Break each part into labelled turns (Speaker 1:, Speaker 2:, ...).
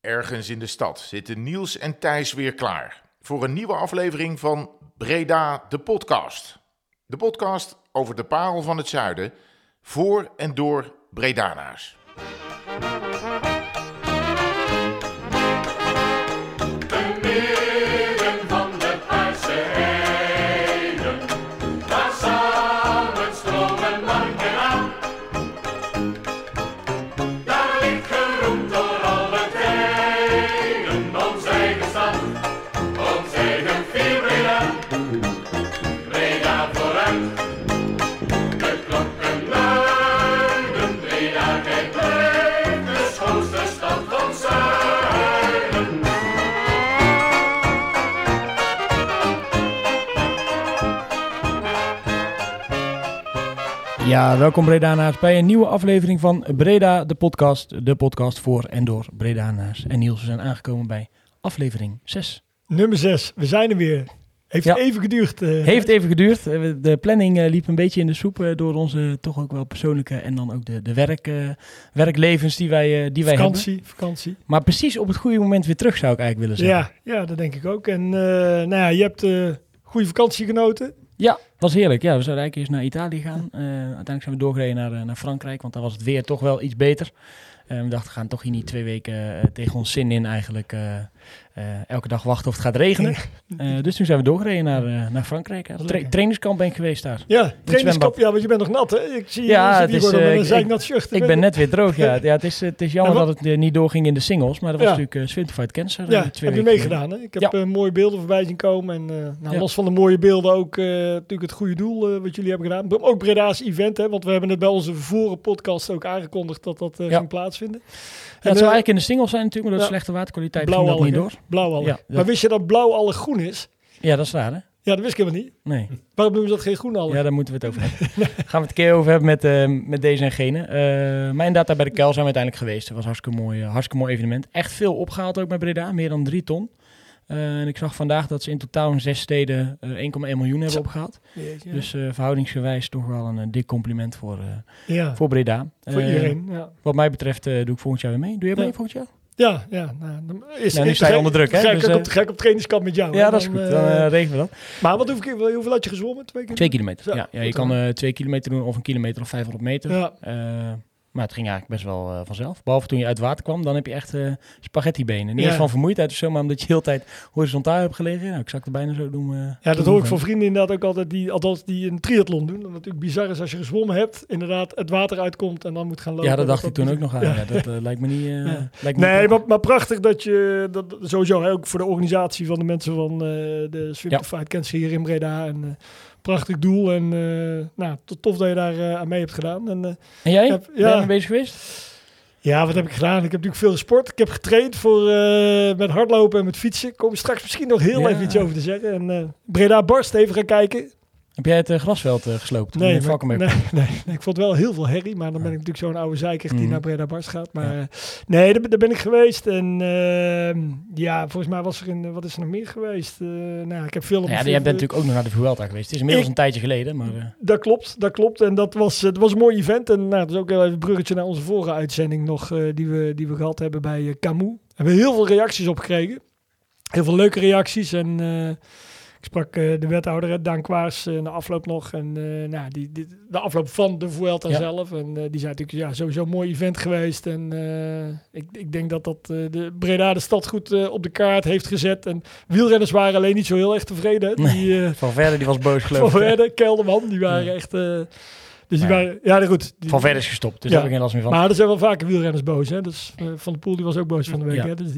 Speaker 1: Ergens in de stad zitten Niels en Thijs weer klaar voor een nieuwe aflevering van Breda, de podcast. De podcast over de parel van het zuiden, voor en door Bredanaars.
Speaker 2: Ja, welkom Bredanaars bij een nieuwe aflevering van Breda, de podcast voor en door Bredanaars. En Niels, we zijn aangekomen bij aflevering 6.
Speaker 3: Nummer 6, we zijn er weer. Heeft even geduurd.
Speaker 2: Heeft even geduurd. De planning liep een beetje in de soep door onze toch ook wel persoonlijke en dan ook de werklevens die wij hebben.
Speaker 3: Vakantie.
Speaker 2: Maar precies op het goede moment weer terug, zou ik eigenlijk willen zeggen.
Speaker 3: Ja, dat denk ik ook. En je hebt goede vakantie genoten.
Speaker 2: Ja, was heerlijk. Ja, we zouden eigenlijk eerst naar Italië gaan. Uiteindelijk zijn we doorgereden naar Frankrijk, want daar was het weer toch wel iets beter. We dachten, we gaan toch hier niet 2 weken tegen ons zin in eigenlijk elke dag wachten of het gaat regenen. Dus toen zijn we doorgereden naar Frankrijk. Trainingskamp ben ik geweest daar.
Speaker 3: Ja, trainingskamp, want je bent nog nat, hè? Ik zie met een zeiknat shirt.
Speaker 2: Ik ben net weer droog, ja. Het is jammer dat het niet doorging in de singles, maar dat was natuurlijk Swimfight Cancer.
Speaker 3: Ja, heb je meegedaan, hè? Ik heb mooie beelden voorbij zien komen. En los van de mooie beelden ook natuurlijk het goede doel wat jullie hebben gedaan. Ook Breda's event, hè? Want we hebben het bij onze vorige podcast ook aangekondigd dat ging plaatsvinden.
Speaker 2: Ja, het zou eigenlijk in de singles zijn natuurlijk, maar door de slechte waterkwaliteit ging dat niet door.
Speaker 3: Blauw allen. Maar wist je dat blauw allen groen is?
Speaker 2: Ja, dat is raar, hè?
Speaker 3: Ja, dat wist ik helemaal niet.
Speaker 2: Nee.
Speaker 3: Waarom noemen ze dat geen groen allen?
Speaker 2: Ja, daar moeten we het over hebben. Gaan we het een keer over hebben met deze en gene. Maar inderdaad, daar bij de Kuil zijn we uiteindelijk geweest. Het was een hartstikke mooi evenement. Echt veel opgehaald ook bij Breda, meer dan 3 ton. En ik zag vandaag dat ze in totaal in 6 steden 1,1 miljoen hebben opgehaald. Ja. Dus verhoudingsgewijs toch wel een dik compliment voor Breda.
Speaker 3: Voor iedereen, ja.
Speaker 2: Wat mij betreft doe ik volgend jaar weer mee. Doe je mee volgend jaar?
Speaker 3: Ja.
Speaker 2: Nu sta je onder druk, hè?
Speaker 3: Ga ik op trainingskamp met jou.
Speaker 2: Ja, dat is goed. Dan regelen we dat.
Speaker 3: Maar hoeveel had je gezwommen? 2
Speaker 2: kilometer? Ja, je kan 2 kilometer doen of 1 kilometer of 500 meter. Ja. Maar het ging eigenlijk best wel vanzelf. Behalve toen je uit het water kwam, dan heb je echt spaghettibenen. Niet eens van vermoeidheid of zo, maar omdat je de hele tijd horizontaal hebt gelegen. Nou, ik zou het er bijna zo doen.
Speaker 3: Dat hoor ik van vrienden inderdaad ook altijd, die een triathlon doen. Dat natuurlijk bizar is als je gezwommen hebt, inderdaad het water uitkomt en dan moet gaan lopen.
Speaker 2: Ja, dat dacht ik toen ook nog aan. Ja, dat lijkt me niet...
Speaker 3: Nee, maar prachtig dat je, dat sowieso ook voor de organisatie van de mensen van de Swimfight Cancer hier in Breda en... prachtig doel en tof dat je daar aan mee hebt gedaan. En
Speaker 2: jij? Ben je mee bezig geweest?
Speaker 3: Ja, wat heb ik gedaan? Ik heb natuurlijk veel gesport. Ik heb getraind met hardlopen en met fietsen. Daar kom je straks misschien nog heel even iets over te zeggen. En Breda Barst even gaan kijken.
Speaker 2: Heb jij het grasveld gesloopt?
Speaker 3: Nee, ik vond wel heel veel herrie. Maar dan ben ik natuurlijk zo'n oude zeiker die naar Breda Barst gaat. Maar daar ben ik geweest. En volgens mij was er wat is er nog meer geweest? Ik heb veel...
Speaker 2: jij bent natuurlijk ook nog naar de Vuelta geweest. Het is inmiddels een tijdje geleden. Maar,
Speaker 3: Dat klopt. En het was een mooi event. En dat is ook heel even een bruggetje naar onze vorige uitzending nog. Die we gehad hebben bij Camus. We hebben heel veel reacties op gekregen. Heel veel leuke reacties. En... ik sprak de wethouder, Daan Kwaars, na afloop nog. En de afloop van de Vuelta zelf. En die zei natuurlijk, sowieso een mooi event geweest. En ik denk dat de Breda de stad goed op de kaart heeft gezet. En wielrenners waren alleen niet zo heel erg tevreden.
Speaker 2: Van Verder, die was boos geloof ik.
Speaker 3: Van Verder, Kelderman, die waren echt... Dus die waren, goed.
Speaker 2: Van Verder is gestopt, dus daar heb ik geen last meer van.
Speaker 3: Maar er zijn wel vaker wielrenners boos, hè. Dus Van der Poel, die was ook boos van de week, hè. Dus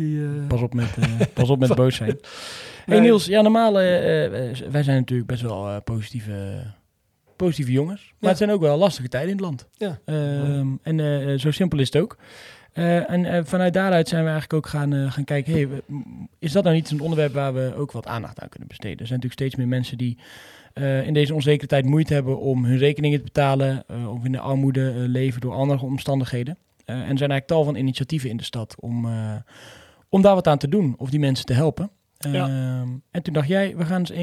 Speaker 2: Pas op met boos zijn. Hey Niels, normaal, wij zijn natuurlijk best wel positieve jongens. Maar het zijn ook wel lastige tijden in het land.
Speaker 3: Ja.
Speaker 2: En zo simpel is het ook. En vanuit daaruit zijn we eigenlijk ook gaan kijken, is dat nou niet een onderwerp waar we ook wat aandacht aan kunnen besteden? Er zijn natuurlijk steeds meer mensen die in deze onzekere tijd moeite hebben om hun rekeningen te betalen of in de armoede leven door andere omstandigheden. En er zijn eigenlijk tal van initiatieven in de stad om daar wat aan te doen of die mensen te helpen. En toen dacht jij, we gaan eens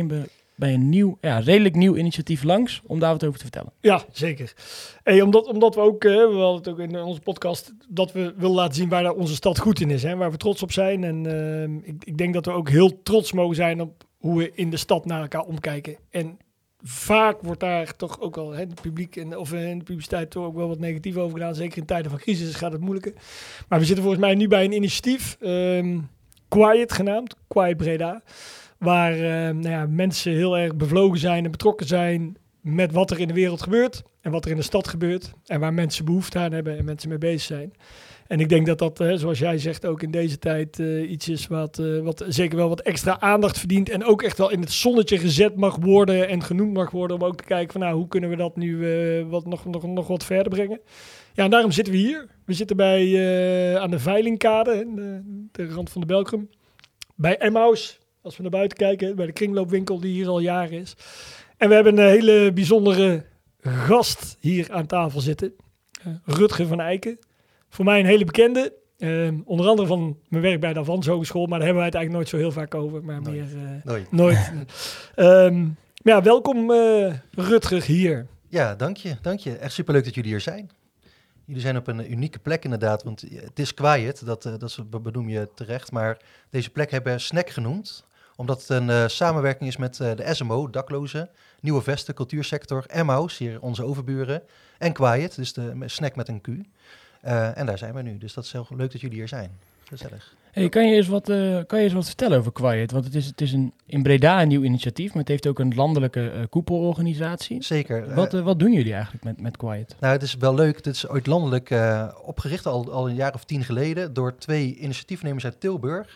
Speaker 2: bij een redelijk nieuw initiatief langs om daar wat over te vertellen.
Speaker 3: Ja, zeker. Hey, omdat we ook, we hadden het ook in onze podcast, dat we willen laten zien waar onze stad goed in is. Hè, waar we trots op zijn. En ik denk dat we ook heel trots mogen zijn op hoe we in de stad naar elkaar omkijken. En vaak wordt daar toch ook wel in de publiciteit toch ook wel wat negatief over gedaan. Zeker in tijden van crisis gaat het moeilijker. Maar we zitten volgens mij nu bij een initiatief, Quiet genaamd, Quiet Breda. Waar mensen heel erg bevlogen zijn en betrokken zijn met wat er in de wereld gebeurt en wat er in de stad gebeurt. En waar mensen behoefte aan hebben en mensen mee bezig zijn. En ik denk dat zoals jij zegt, ook in deze tijd iets is wat zeker wel wat extra aandacht verdient. En ook echt wel in het zonnetje gezet mag worden en genoemd mag worden. Om ook te kijken van hoe kunnen we dat nu nog wat verder brengen. Ja, en daarom zitten we hier. We zitten aan de Veilingkade, de rand van de Belkrum. Bij Emmaus, als we naar buiten kijken, bij de kringloopwinkel die hier al jaren is. En we hebben een hele bijzondere gast hier aan tafel zitten. Rutger van Eiken. Voor mij een hele bekende. Onder andere van mijn werk bij de Avans Hogeschool. Maar daar hebben wij het eigenlijk nooit zo heel vaak over. Maar nooit. Maar welkom Rutger hier.
Speaker 4: Ja, dank je. Echt superleuk dat jullie hier zijn. Jullie zijn op een unieke plek inderdaad. Want het is Quiet, dat benoem je terecht. Maar deze plek hebben we Snack genoemd. Omdat het een samenwerking is met de SMO, daklozen, Nieuwe Vesten, cultuursector, Emmaus, hier onze overburen. En Quiet, dus de snack met een Q. En daar zijn we nu. Dus dat is heel leuk dat jullie hier zijn. Gezellig.
Speaker 2: Hey, kan je eens wat vertellen over Quiet? Want het is in Breda een nieuw initiatief, maar het heeft ook een landelijke koepelorganisatie.
Speaker 4: Zeker.
Speaker 2: Wat doen jullie eigenlijk met Quiet?
Speaker 4: Nou, het is wel leuk. Het is ooit landelijk opgericht, al een jaar of 10 geleden, door 2 initiatiefnemers uit Tilburg.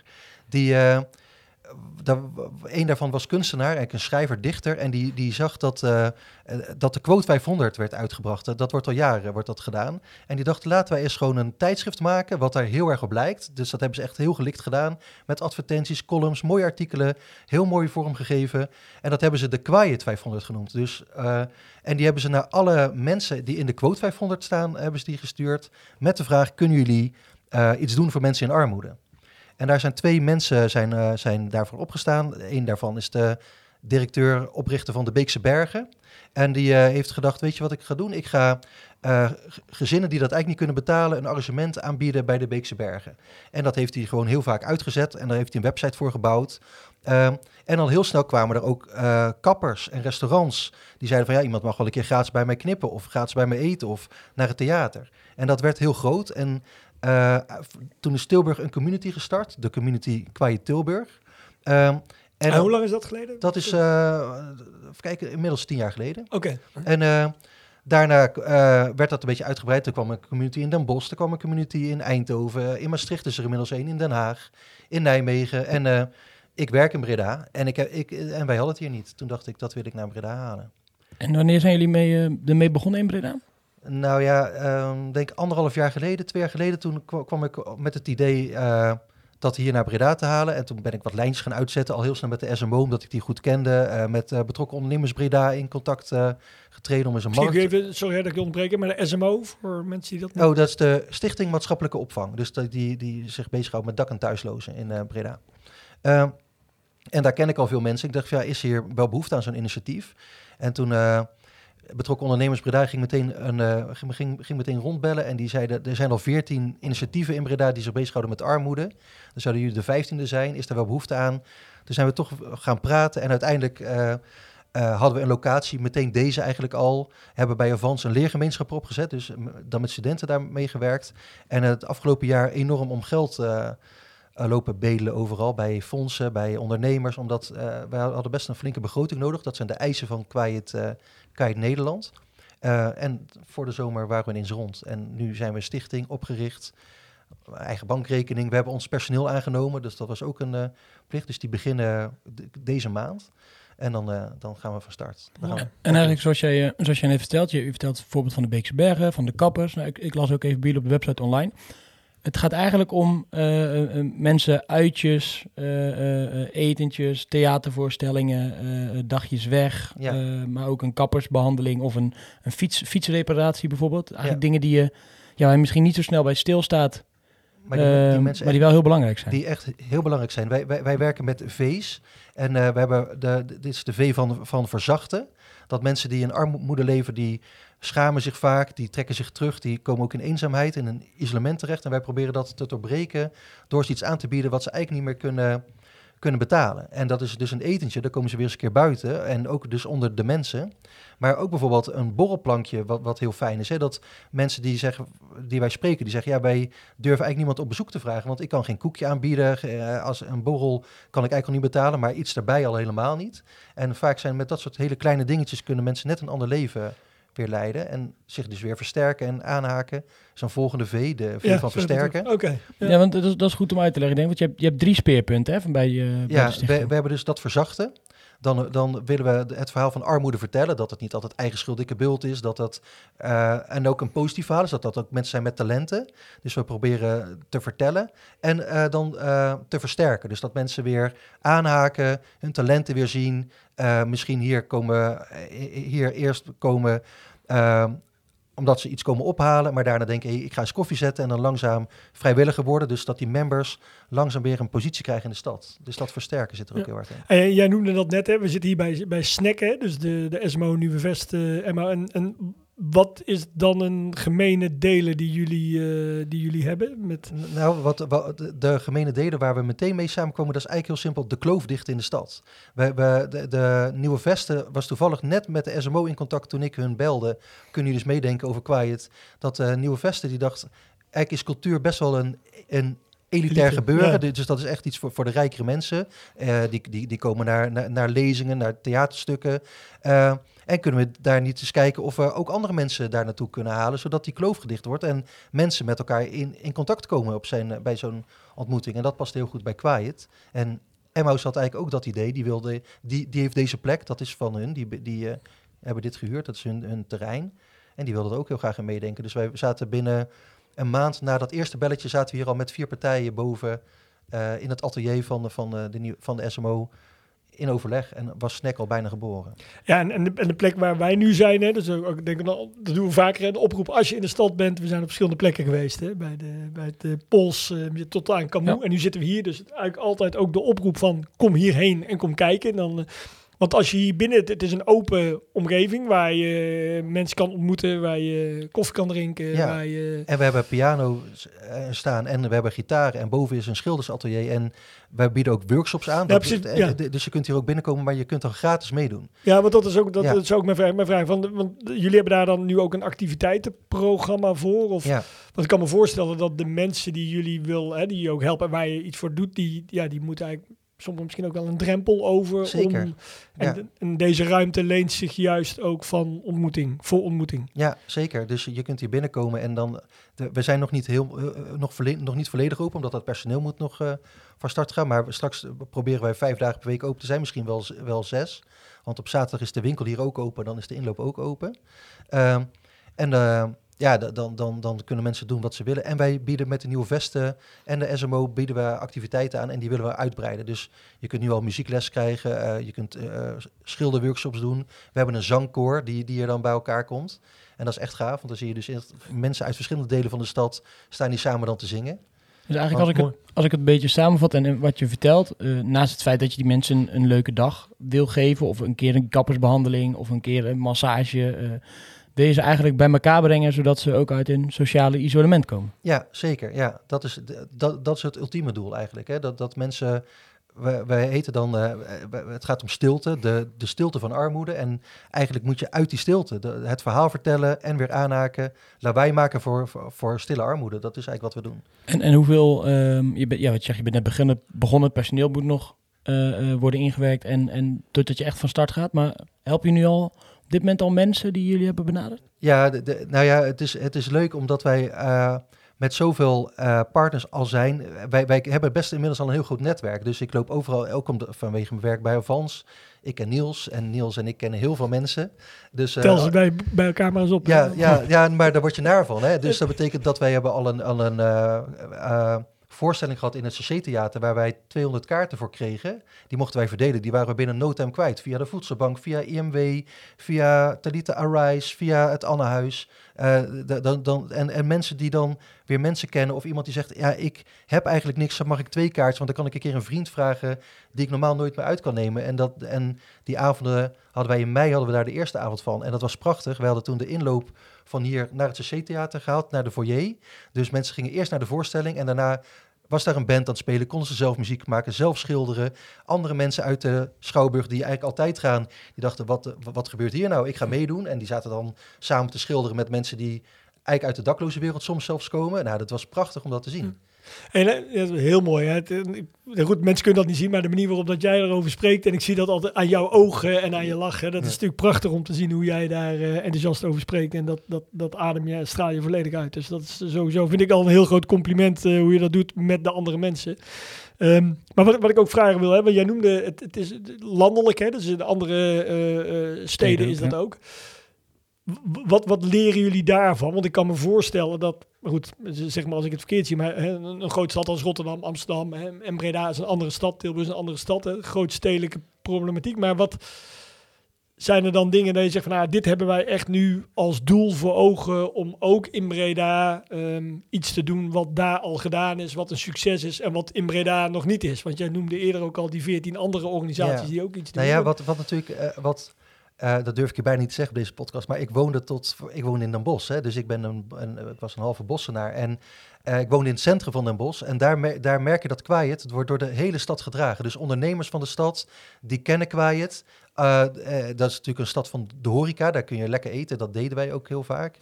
Speaker 4: Een daarvan was kunstenaar, eigenlijk een schrijver-dichter. En die zag dat de Quote 500 werd uitgebracht. Dat wordt al jaren gedaan. En die dacht, laten wij eens gewoon een tijdschrift maken, wat daar heel erg op lijkt. Dus dat hebben ze echt heel gelikt gedaan. Met advertenties, columns, mooie artikelen. Heel mooi vormgegeven. En dat hebben ze de Quiet 500 genoemd. Dus, en die hebben ze naar alle mensen die in de Quote 500 staan, hebben ze die gestuurd. Met de vraag, kunnen jullie iets doen voor mensen in armoede? En daar zijn 2 mensen zijn daarvoor opgestaan. Eén daarvan is de directeur, oprichter van de Beekse Bergen. En die heeft gedacht, weet je wat ik ga doen? Ik ga gezinnen die dat eigenlijk niet kunnen betalen een arrangement aanbieden bij de Beekse Bergen. En dat heeft hij gewoon heel vaak uitgezet en daar heeft hij een website voor gebouwd. En al heel snel kwamen er ook kappers en restaurants die zeiden van iemand mag wel een keer gratis bij mij knippen of gratis bij mij eten of naar het theater. En dat werd heel groot en toen is Tilburg een community gestart, de community Quiet Tilburg.
Speaker 3: En hoe lang is dat geleden?
Speaker 4: Dat is, even kijken, inmiddels 10 jaar geleden.
Speaker 3: Oké.
Speaker 4: En daarna werd dat een beetje uitgebreid. Er kwam een community in Den Bosch, er kwam een community in Eindhoven. In Maastricht is er inmiddels 1, in Den Haag, in Nijmegen. En ik werk in Breda en wij hadden het hier niet. Toen dacht ik, dat wil ik naar Breda halen.
Speaker 2: En wanneer zijn jullie ermee begonnen in Breda?
Speaker 4: Nou ja, denk 1,5 jaar geleden, 2 jaar geleden, toen kwam ik met het idee dat hier naar Breda te halen. En toen ben ik wat lijntjes gaan uitzetten, al heel snel met de SMO, omdat ik die goed kende. Met betrokken ondernemers Breda in contact getreden om eens een markt...
Speaker 3: Sorry dat ik je onderbreek, maar de SMO, voor mensen die dat niet...
Speaker 4: Oh, dat is de Stichting Maatschappelijke Opvang. Dus die zich bezighoudt met dak- en thuislozen in Breda. En daar ken ik al veel mensen. Ik dacht, is hier wel behoefte aan zo'n initiatief? En toen... betrokken ondernemers Breda ging meteen rondbellen en die zeiden, er zijn al 14 initiatieven in Breda die zich bezighouden met armoede. Dan zouden jullie de 15e zijn, is er wel behoefte aan? Toen zijn we toch gaan praten en uiteindelijk hadden we een locatie, meteen deze eigenlijk al, hebben bij Avans een leergemeenschap opgezet, dus dan met studenten daar meegewerkt. En het afgelopen jaar enorm om geld lopen bedelen overal, bij fondsen, bij ondernemers, omdat wij hadden best een flinke begroting nodig. Dat zijn de eisen van Quiet Nederland. En voor de zomer waren we ineens rond. En nu zijn we een stichting opgericht, eigen bankrekening. We hebben ons personeel aangenomen, dus dat was ook een plicht. Dus die beginnen deze maand. En dan gaan we van start.
Speaker 2: En eigenlijk zoals jij net vertelt, je vertelt het voorbeeld van de Beekse Bergen, van de kappers. Nou, ik las ook even bij jullie op de website online. Het gaat eigenlijk om mensen uitjes, etentjes, theatervoorstellingen, dagjes weg, maar ook een kappersbehandeling of een fietsreparatie bijvoorbeeld. Eigenlijk dingen die je misschien niet zo snel bij stilstaat,
Speaker 4: mensen
Speaker 2: maar die wel heel belangrijk zijn.
Speaker 4: Die echt heel belangrijk zijn. Wij werken met V's. En we hebben dit is de V van verzachten. Dat mensen die in armoede leven, die schamen zich vaak, die trekken zich terug, die komen ook in eenzaamheid, in een isolement terecht. En wij proberen dat te doorbreken door ze iets aan te bieden wat ze eigenlijk niet meer kunnen betalen. En dat is dus een etentje, daar komen ze weer eens een keer buiten. En ook dus onder de mensen. Maar ook bijvoorbeeld een borrelplankje, wat heel fijn is. Hè? Dat mensen die wij spreken, die zeggen, ja, wij durven eigenlijk niemand op bezoek te vragen, want ik kan geen koekje aanbieden. Als een borrel kan ik eigenlijk al niet betalen, maar iets daarbij al helemaal niet. En vaak zijn met dat soort hele kleine dingetjes kunnen mensen net een ander leven weer leiden en zich dus weer versterken en aanhaken. Zo'n volgende V, de V van versterken.
Speaker 3: Oké.
Speaker 2: Ja, want dat is goed om uit te leggen, denk ik. Want je hebt 3 speerpunten hè, bij de stichting.
Speaker 4: We hebben dus dat verzachten. Dan willen we het verhaal van armoede vertellen. Dat het niet altijd eigen schuld, dikke bult is. En ook een positief verhaal is. Dat ook mensen zijn met talenten. Dus we proberen te vertellen. En dan te versterken. Dus dat mensen weer aanhaken. Hun talenten weer zien. Misschien hier eerst komen omdat ze iets komen ophalen, maar daarna denken, ik ga eens koffie zetten en dan langzaam vrijwilliger worden. Dus dat die members langzaam weer een positie krijgen in de stad. Dus dat versterken zit er ook heel hard in.
Speaker 3: En jij noemde dat net, hè? We zitten hier bij SNAC, hè? Dus de SMO Nieuwe Vest, Emma. En wat is dan een gemene delen die jullie hebben?
Speaker 4: Nou, de gemene delen waar we meteen mee samenkomen, dat is eigenlijk heel simpel, de kloof dichten in de stad. De Nieuwe Vesten was toevallig net met de SMO in contact toen ik hun belde. Kunnen jullie dus meedenken over Quiet? Dat Nieuwe Vesten die dacht, eigenlijk is cultuur best wel een elitair gebeuren. Ja. Dus dat is echt iets voor de rijkere mensen. Die komen naar lezingen, naar theaterstukken. En kunnen we daar niet eens kijken of we ook andere mensen daar naartoe kunnen halen, zodat die kloof gedicht wordt en mensen met elkaar in contact komen bij zo'n ontmoeting. En dat past heel goed bij Quiet. En Emmaus had eigenlijk ook dat idee. Die heeft deze plek, dat is van hun. Die hebben dit gehuurd, dat is hun terrein. En die wilden er ook heel graag in meedenken. Dus wij zaten binnen een maand na dat eerste belletje zaten we hier al met 4 partijen boven in het atelier van de SMO in overleg en was SNAC al bijna geboren. Ja,
Speaker 3: en de plek waar wij nu zijn, hè, dus ook denk ik, dat doen we vaker, de oproep als je in de stad bent. We zijn op verschillende plekken geweest, hè, bij het Pols tot aan Camus. Ja. En nu zitten we hier, dus eigenlijk altijd ook de oproep van kom hierheen en kom kijken. Dan want als je hier binnen, het is een open omgeving waar je mensen kan ontmoeten, waar je koffie kan drinken.
Speaker 4: Ja.
Speaker 3: Waar je...
Speaker 4: En we hebben piano staan en we hebben gitaren en boven is een schildersatelier en wij bieden ook workshops aan.
Speaker 3: Ja,
Speaker 4: dus je kunt hier ook binnenkomen, maar je kunt dan gratis meedoen.
Speaker 3: Ja, want dat is ook mijn vraag. Want jullie hebben daar dan nu ook een activiteitenprogramma voor? Of, want ik kan me voorstellen dat de mensen die jullie die je ook helpen en waar je iets voor doet, die moeten eigenlijk soms misschien ook wel een drempel over.
Speaker 4: Zeker.
Speaker 3: En deze ruimte leent zich juist ook voor ontmoeting.
Speaker 4: Ja, zeker. Dus je kunt hier binnenkomen en dan... We zijn nog niet nog niet volledig open, omdat dat personeel moet nog van start gaan. Maar straks proberen wij 5 dagen per week open te zijn, misschien wel 6. Want op zaterdag is de winkel hier ook open, dan is de inloop ook open. Dan kunnen mensen doen wat ze willen. En wij bieden met de Nieuwe Vesten en de SMO bieden we activiteiten aan en die willen we uitbreiden. Dus je kunt nu al muziekles krijgen, je kunt schilderworkshops doen. We hebben een zangkoor die hier dan bij elkaar komt. En dat is echt gaaf, want dan zie je dus mensen uit verschillende delen van de stad staan die samen dan te zingen.
Speaker 2: Dus eigenlijk als ik het een beetje samenvat en wat je vertelt, naast het feit dat je die mensen een leuke dag wil geven of een keer een kappersbehandeling of een keer een massage... wil je ze eigenlijk bij elkaar brengen, zodat ze ook uit een sociale isolement komen?
Speaker 4: Ja, zeker. Ja, dat is het ultieme doel eigenlijk. Hè? Dat mensen... Wij heten dan... het gaat om stilte, de stilte van armoede. En eigenlijk moet je uit die stilte het verhaal vertellen en weer aanhaken. Lawaai maken voor stille armoede. Dat is eigenlijk wat we doen.
Speaker 2: En hoeveel... je bent net begonnen. Het personeel moet nog worden ingewerkt. En totdat je echt van start gaat. Maar help je nu al... op dit moment al mensen die jullie hebben benaderd?
Speaker 4: Ja, het is leuk omdat wij met zoveel partners al zijn. Wij hebben best inmiddels al een heel goed netwerk. Dus ik loop overal, ook vanwege mijn werk bij Avans. Ik ken Niels en ik kennen heel veel mensen. Dus,
Speaker 3: tel ze bij elkaar maar eens op.
Speaker 4: Ja, maar daar word je naar van. Hè? Dus dat betekent dat wij hebben al een voorstelling gehad in het CC-theater waar wij 200 kaarten voor kregen. Die mochten wij verdelen. Die waren we binnen no time kwijt. Via de Voedselbank, via IMW, via Talita Arise, via het Annehuis. En mensen die dan weer mensen kennen of iemand die zegt, ja, ik heb eigenlijk niks, dan mag ik 2 kaartjes, want dan kan ik een keer een vriend vragen die ik normaal nooit meer uit kan nemen. En die avonden hadden wij in mei daar de eerste avond van. En dat was prachtig. We hadden toen de inloop van hier naar het CC-theater gehaald, naar de foyer. Dus mensen gingen eerst naar de voorstelling en daarna was daar een band aan het spelen, konden ze zelf muziek maken, zelf schilderen. Andere mensen uit de Schouwburg die eigenlijk altijd gaan, die dachten, wat gebeurt hier nou? Ik ga meedoen. En die zaten dan samen te schilderen met mensen die eigenlijk uit de dakloze wereld soms zelfs komen. Nou, dat was prachtig om dat te zien.
Speaker 3: En heel mooi. Hè? Goed, mensen kunnen dat niet zien, maar de manier waarop dat jij erover spreekt, en ik zie dat altijd aan jouw ogen en aan je lachen, dat is natuurlijk prachtig om te zien hoe jij daar enthousiast over spreekt. En dat adem je, straal je volledig uit. Dus dat is sowieso, vind ik al een heel groot compliment hoe je dat doet met de andere mensen. Maar wat ik ook vragen wil, hè, want jij noemde, het is landelijk, hè, dus in de andere steden is dat ook. Wat leren jullie daarvan? Want ik kan me voorstellen dat, goed, zeg maar als ik het verkeerd zie, maar een grote stad als Rotterdam, Amsterdam en Breda is een andere stad, Tilburg is een andere stad, grootstedelijke problematiek. Maar wat zijn er dan dingen dat je zegt van, dit hebben wij echt nu als doel voor ogen om ook in Breda iets te doen wat daar al gedaan is, wat een succes is en wat in Breda nog niet is? Want jij noemde eerder ook al die 14 andere organisaties die ook iets doen.
Speaker 4: Nou ja, wat natuurlijk... dat durf ik je bijna niet te zeggen op deze podcast, maar ik woonde in Den Bosch. Hè, dus ik was een halve Bossenaar. En ik woonde in het centrum van Den Bosch. En daar merk je dat Quiet, het wordt door de hele stad gedragen. Dus ondernemers van de stad, die kennen Quiet. Dat is natuurlijk een stad van de horeca, daar kun je lekker eten. Dat deden wij ook heel vaak.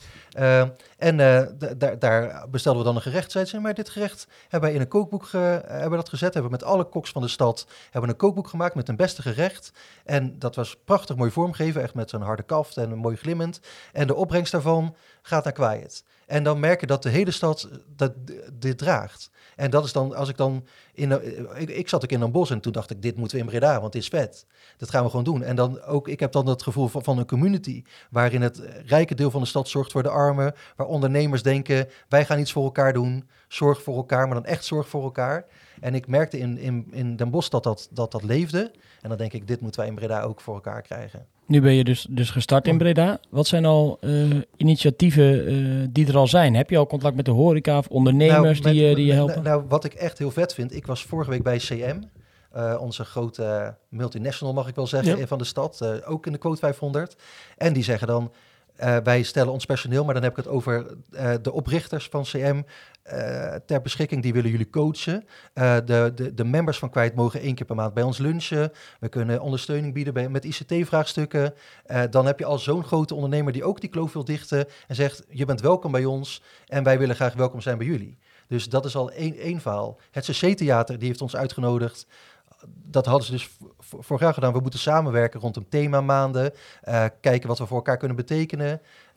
Speaker 4: Daar bestelden we dan een gerecht. Zeiden ze, maar dit gerecht hebben wij in een kookboek hebben dat gezet. Hebben we met alle koks van de stad hebben een kookboek gemaakt met een beste gerecht. En dat was prachtig mooi vormgegeven, echt met zo'n harde kaft en een mooi glimmend. En de opbrengst daarvan gaat naar Quiet. En dan merk je dat de hele stad dit draagt. En dat is dan, als ik dan... Ik zat ook in Den Bosch en toen dacht ik, dit moeten we in Breda, want dit is vet. Dat gaan we gewoon doen. En dan ook, ik heb dan het gevoel van een community, waarin het rijke deel van de stad zorgt voor de armen, waar ondernemers denken, wij gaan iets voor elkaar doen, zorg voor elkaar, maar dan echt zorg voor elkaar. En ik merkte in Den Bosch dat leefde. En dan denk ik, dit moeten wij in Breda ook voor elkaar krijgen.
Speaker 2: Nu ben je dus gestart in Breda. Wat zijn al initiatieven die er al zijn? Heb je al contact met de horeca of ondernemers die je helpen?
Speaker 4: Nou, wat ik echt heel vet vind, ik was vorige week bij CM, onze grote multinational mag ik wel zeggen, van de stad, ook in de quote 500. En die zeggen dan, wij stellen ons personeel, maar dan heb ik het over de oprichters van CM ter beschikking. Die willen jullie coachen. De members van Quiet mogen 1 keer per maand bij ons lunchen. We kunnen ondersteuning bieden met ICT-vraagstukken. Dan heb je al zo'n grote ondernemer die ook die kloof wil dichten en zegt, je bent welkom bij ons en wij willen graag welkom zijn bij jullie. Dus dat is al één verhaal. Het CC-theater, die heeft ons uitgenodigd. Dat hadden ze dus vorig jaar gedaan. We moeten samenwerken rondom themamaanden. Kijken wat we voor elkaar kunnen betekenen.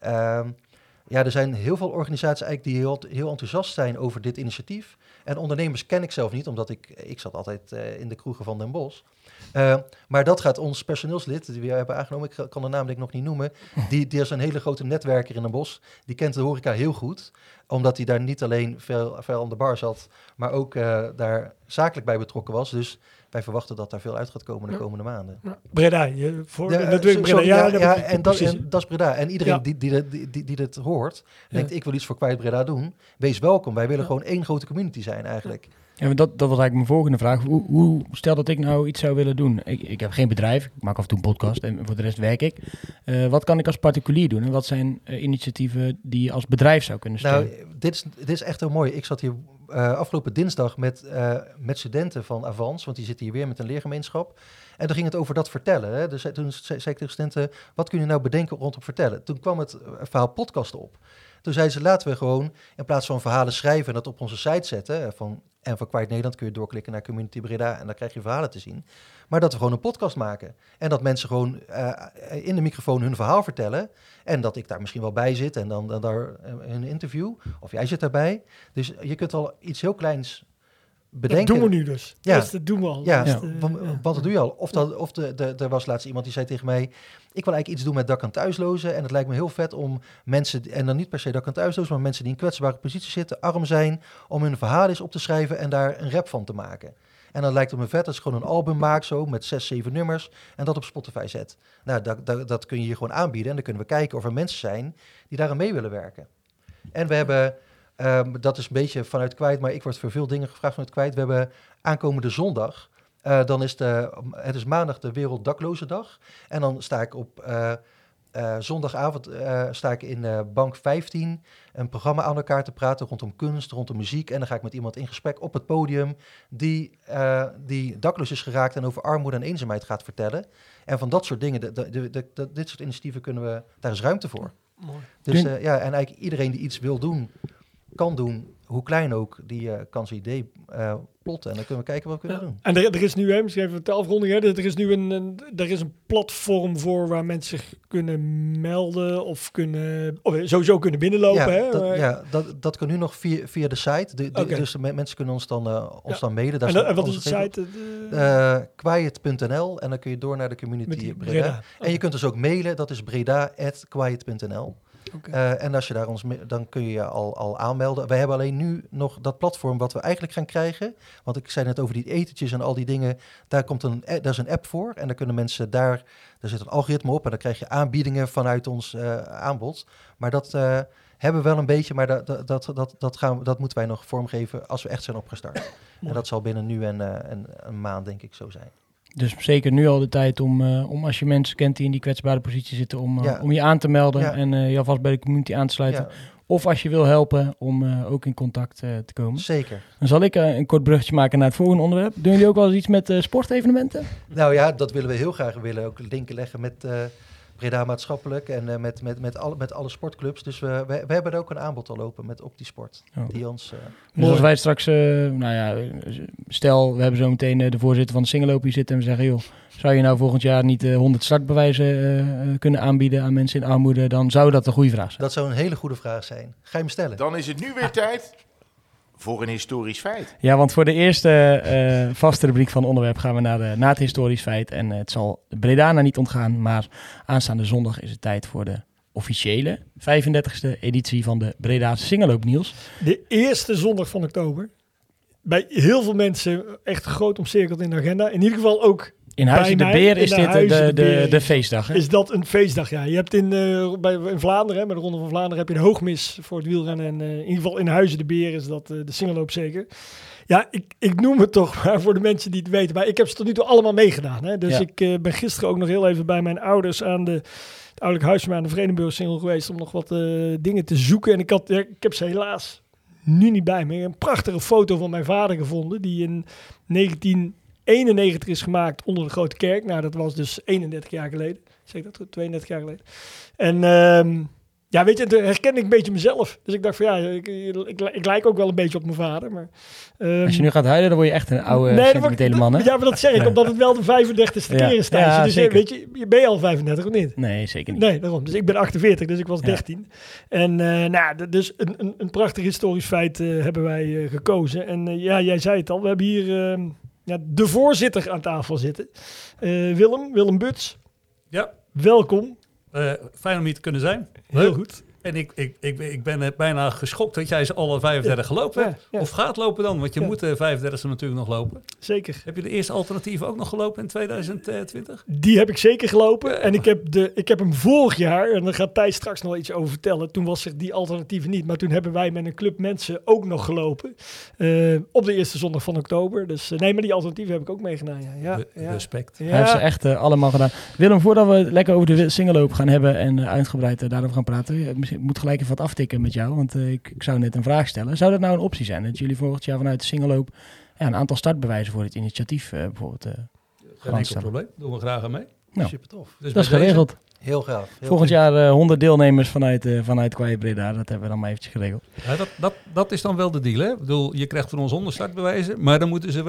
Speaker 4: Er zijn heel veel organisaties eigenlijk die heel enthousiast zijn over dit initiatief. En ondernemers ken ik zelf niet, omdat ik zat altijd in de kroegen van Den Bosch. Maar dat gaat ons personeelslid, die we hebben aangenomen, ik kan de naam denk ik nog niet noemen, die is een hele grote netwerker in Den Bosch. Die kent de horeca heel goed, omdat hij daar niet alleen veel aan de bar zat, maar ook daar zakelijk bij betrokken was. Dus wij verwachten dat daar veel uit gaat komen de komende maanden.
Speaker 3: Breda, natuurlijk Breda.
Speaker 4: En dat is Breda. En iedereen die dit hoort, denkt ik wil iets voor Quiet Breda doen. Wees welkom. Wij willen gewoon één grote community zijn eigenlijk.
Speaker 2: Ja, dat was eigenlijk mijn volgende vraag. Hoe stel dat ik nou iets zou willen doen? Ik heb geen bedrijf, ik maak af en toe een podcast en voor de rest werk ik. Wat kan ik als particulier doen? En wat zijn initiatieven die je als bedrijf zou kunnen steunen?
Speaker 4: Nou, dit is echt heel mooi. Ik zat hier afgelopen dinsdag met studenten van Avans, want die zitten hier weer met een leergemeenschap. En dan ging het over dat vertellen. Hè. Dus toen zei ik tegen studenten, wat kun je nou bedenken rondom vertellen? Toen kwam het verhaal podcast op. Toen zeiden ze, laten we gewoon in plaats van verhalen schrijven en dat op onze site zetten. En van Quiet Nederland kun je doorklikken naar Community Breda en dan krijg je verhalen te zien. Maar dat we gewoon een podcast maken. En dat mensen gewoon in de microfoon hun verhaal vertellen. En dat ik daar misschien wel bij zit en dan daar een interview. Of jij zit daarbij. Dus je kunt al iets heel kleins bedenken.
Speaker 3: Dat doen we nu dus.
Speaker 4: Ja.
Speaker 3: Dat doen we al.
Speaker 4: Ja,
Speaker 3: Dus,
Speaker 4: want dat doe je al. Er was laatst iemand die zei tegen mij, ik wil eigenlijk iets doen met dak- en thuislozen. En het lijkt me heel vet om mensen, en dan niet per se dak- en thuislozen, maar mensen die in kwetsbare positie zitten, arm zijn, om hun verhaal eens op te schrijven en daar een rap van te maken. En dan lijkt het me vet als ik gewoon een album maak zo met 6, 7 nummers en dat op Spotify zet. Nou, dat kun je hier gewoon aanbieden en dan kunnen we kijken of er mensen zijn die daaraan mee willen werken. En we hebben, dat is een beetje vanuit kwijt, maar ik word voor veel dingen gevraagd vanuit kwijt. We hebben aankomende zondag, dan is het is maandag de Werelddaklozendag. En dan sta ik op zondagavond sta ik in bank 15 een programma aan elkaar te praten rondom kunst, rondom muziek. En dan ga ik met iemand in gesprek op het podium die dakloos is geraakt en over armoede en eenzaamheid gaat vertellen. En van dat soort dingen, dit soort initiatieven kunnen we, daar is ruimte voor.
Speaker 3: Mooi.
Speaker 4: Dus en eigenlijk iedereen die iets wil doen, kan doen, hoe klein ook, die kan zijn idee plotten. En dan kunnen we kijken wat we kunnen doen.
Speaker 3: En er is nu, misschien even de afronding, hè, er is nu een platform voor waar mensen zich kunnen melden of sowieso kunnen binnenlopen.
Speaker 4: Dat kan nu nog via de site. Dus de mensen kunnen ons dan mailen.
Speaker 3: En wat is de site?
Speaker 4: Quiet.nl en dan kun je door naar de community Breda. En je kunt dus ook mailen, dat is breda@quiet.nl. Okay. En als je daar dan kun je je al aanmelden. Wij hebben alleen nu nog dat platform wat we eigenlijk gaan krijgen. Want ik zei net over die etentjes en al die dingen. Daar is een app voor. En dan kunnen mensen daar zit een algoritme op. En dan krijg je aanbiedingen vanuit ons aanbod. Maar dat hebben we wel een beetje. Maar dat moeten wij nog vormgeven als we echt zijn opgestart. En dat zal binnen nu en een maand denk ik zo zijn.
Speaker 2: Dus zeker nu al de tijd om als je mensen kent die in die kwetsbare positie zitten, om je aan te melden en je alvast bij de community aan te sluiten. Ja. Of als je wil helpen, om ook in contact te komen.
Speaker 4: Zeker.
Speaker 2: Dan zal ik een kort bruggetje maken naar het volgende onderwerp. Doen jullie ook wel eens iets met sportevenementen?
Speaker 4: Nou ja, dat willen we heel graag. We willen ook linken leggen met Breda Maatschappelijk en met alle sportclubs. Dus we hebben er ook een aanbod al lopen met op die sport. Die ons,
Speaker 2: dus als wij straks, stel we hebben zo meteen de voorzitter van de Singeloop hier zitten en we zeggen, joh, zou je nou volgend jaar niet 100 startbewijzen kunnen aanbieden aan mensen in armoede, dan zou dat een goede vraag zijn.
Speaker 4: Dat zou een hele goede vraag zijn. Ga je hem stellen?
Speaker 1: Dan is het nu weer tijd voor een historisch feit.
Speaker 2: Ja, want voor de eerste vaste rubriek van het onderwerp gaan we naar het historisch feit. En het zal de Bredana niet ontgaan, maar aanstaande zondag is het tijd voor de officiële 35e editie van de Bredaanse Singeloop, Niels.
Speaker 3: De eerste zondag van oktober. Bij heel veel mensen echt groot omcirkeld in de agenda. In ieder geval ook
Speaker 2: in Huizen de Beer is dit de feestdag. Hè?
Speaker 3: Is dat een feestdag, ja. Je hebt in Vlaanderen, bij de Ronde van Vlaanderen, heb je de hoogmis voor het wielrennen. En in ieder geval in Huizen de Beer is dat de Singeloop zeker. Ja, ik noem het toch maar voor de mensen die het weten. Maar ik heb ze tot nu toe allemaal meegedaan. Hè. Dus ik ben gisteren ook nog heel even bij mijn ouders aan het ouderlijk huis van mij aan de Vredenburg Singel geweest om nog wat dingen te zoeken. En ik heb ze helaas nu niet bij me. Ik heb een prachtige foto van mijn vader gevonden die in 1991 is gemaakt onder de Grote Kerk. Nou, dat was dus 31 jaar geleden. Zeg ik dat goed? 32 jaar geleden. En ja, weet je, herkende ik een beetje mezelf. Dus ik dacht van ja, ik lijk ook wel een beetje op mijn vader. Maar,
Speaker 2: als je nu gaat huilen, dan word je echt een oude sentimentele man, hè?
Speaker 3: Ja, maar dat zeg ik, omdat het wel de 35e keer is, Thijs.
Speaker 2: Ja,
Speaker 3: dus weet je, ben je al 35 of niet?
Speaker 2: Nee, zeker niet.
Speaker 3: Nee, daarom. Dus ik ben 48, dus ik was 13. En dus een prachtig historisch feit hebben wij gekozen. En jij zei het al, we hebben hier de voorzitter aan tafel zitten. Willem Buts.
Speaker 5: Ja.
Speaker 3: Welkom.
Speaker 5: Fijn om hier te kunnen zijn.
Speaker 3: Heel goed.
Speaker 5: En ik ben bijna geschokt dat jij ze alle 35 gelopen hebt. Ja. Of gaat lopen dan, want je moet de 35e natuurlijk nog lopen.
Speaker 3: Zeker.
Speaker 5: Heb je de eerste alternatieven ook nog gelopen in 2020?
Speaker 3: Die heb ik zeker gelopen. En ik heb hem vorig jaar, en daar gaat Thijs straks nog iets over vertellen. Toen was er die alternatieven niet. Maar toen hebben wij met een club mensen ook nog gelopen. Op de eerste zondag van oktober. Dus nee, maar die alternatieven heb ik ook meegedaan. Ja.
Speaker 5: Respect.
Speaker 2: Hij heeft ze echt allemaal gedaan. Willem, voordat we lekker over de Singeloop gaan hebben en uitgebreid daarover gaan praten. Ik moet gelijk even wat aftikken met jou, want ik zou net een vraag stellen. Zou dat nou een optie zijn? Dat jullie volgend jaar vanuit de Singeloop een aantal startbewijzen voor het initiatief bijvoorbeeld
Speaker 5: geen enkel probleem. Doen we graag aan mee.
Speaker 2: Nou,
Speaker 4: super tof.
Speaker 2: Dus dat is geregeld.
Speaker 4: Heel gaaf.
Speaker 2: Volgend jaar 100 deelnemers vanuit Quiet Breda. Dat hebben we dan maar eventjes geregeld.
Speaker 5: Ja, dat is dan wel de deal, hè? Ik bedoel, je krijgt van ons 100 startbewijzen, maar dan moeten ze wel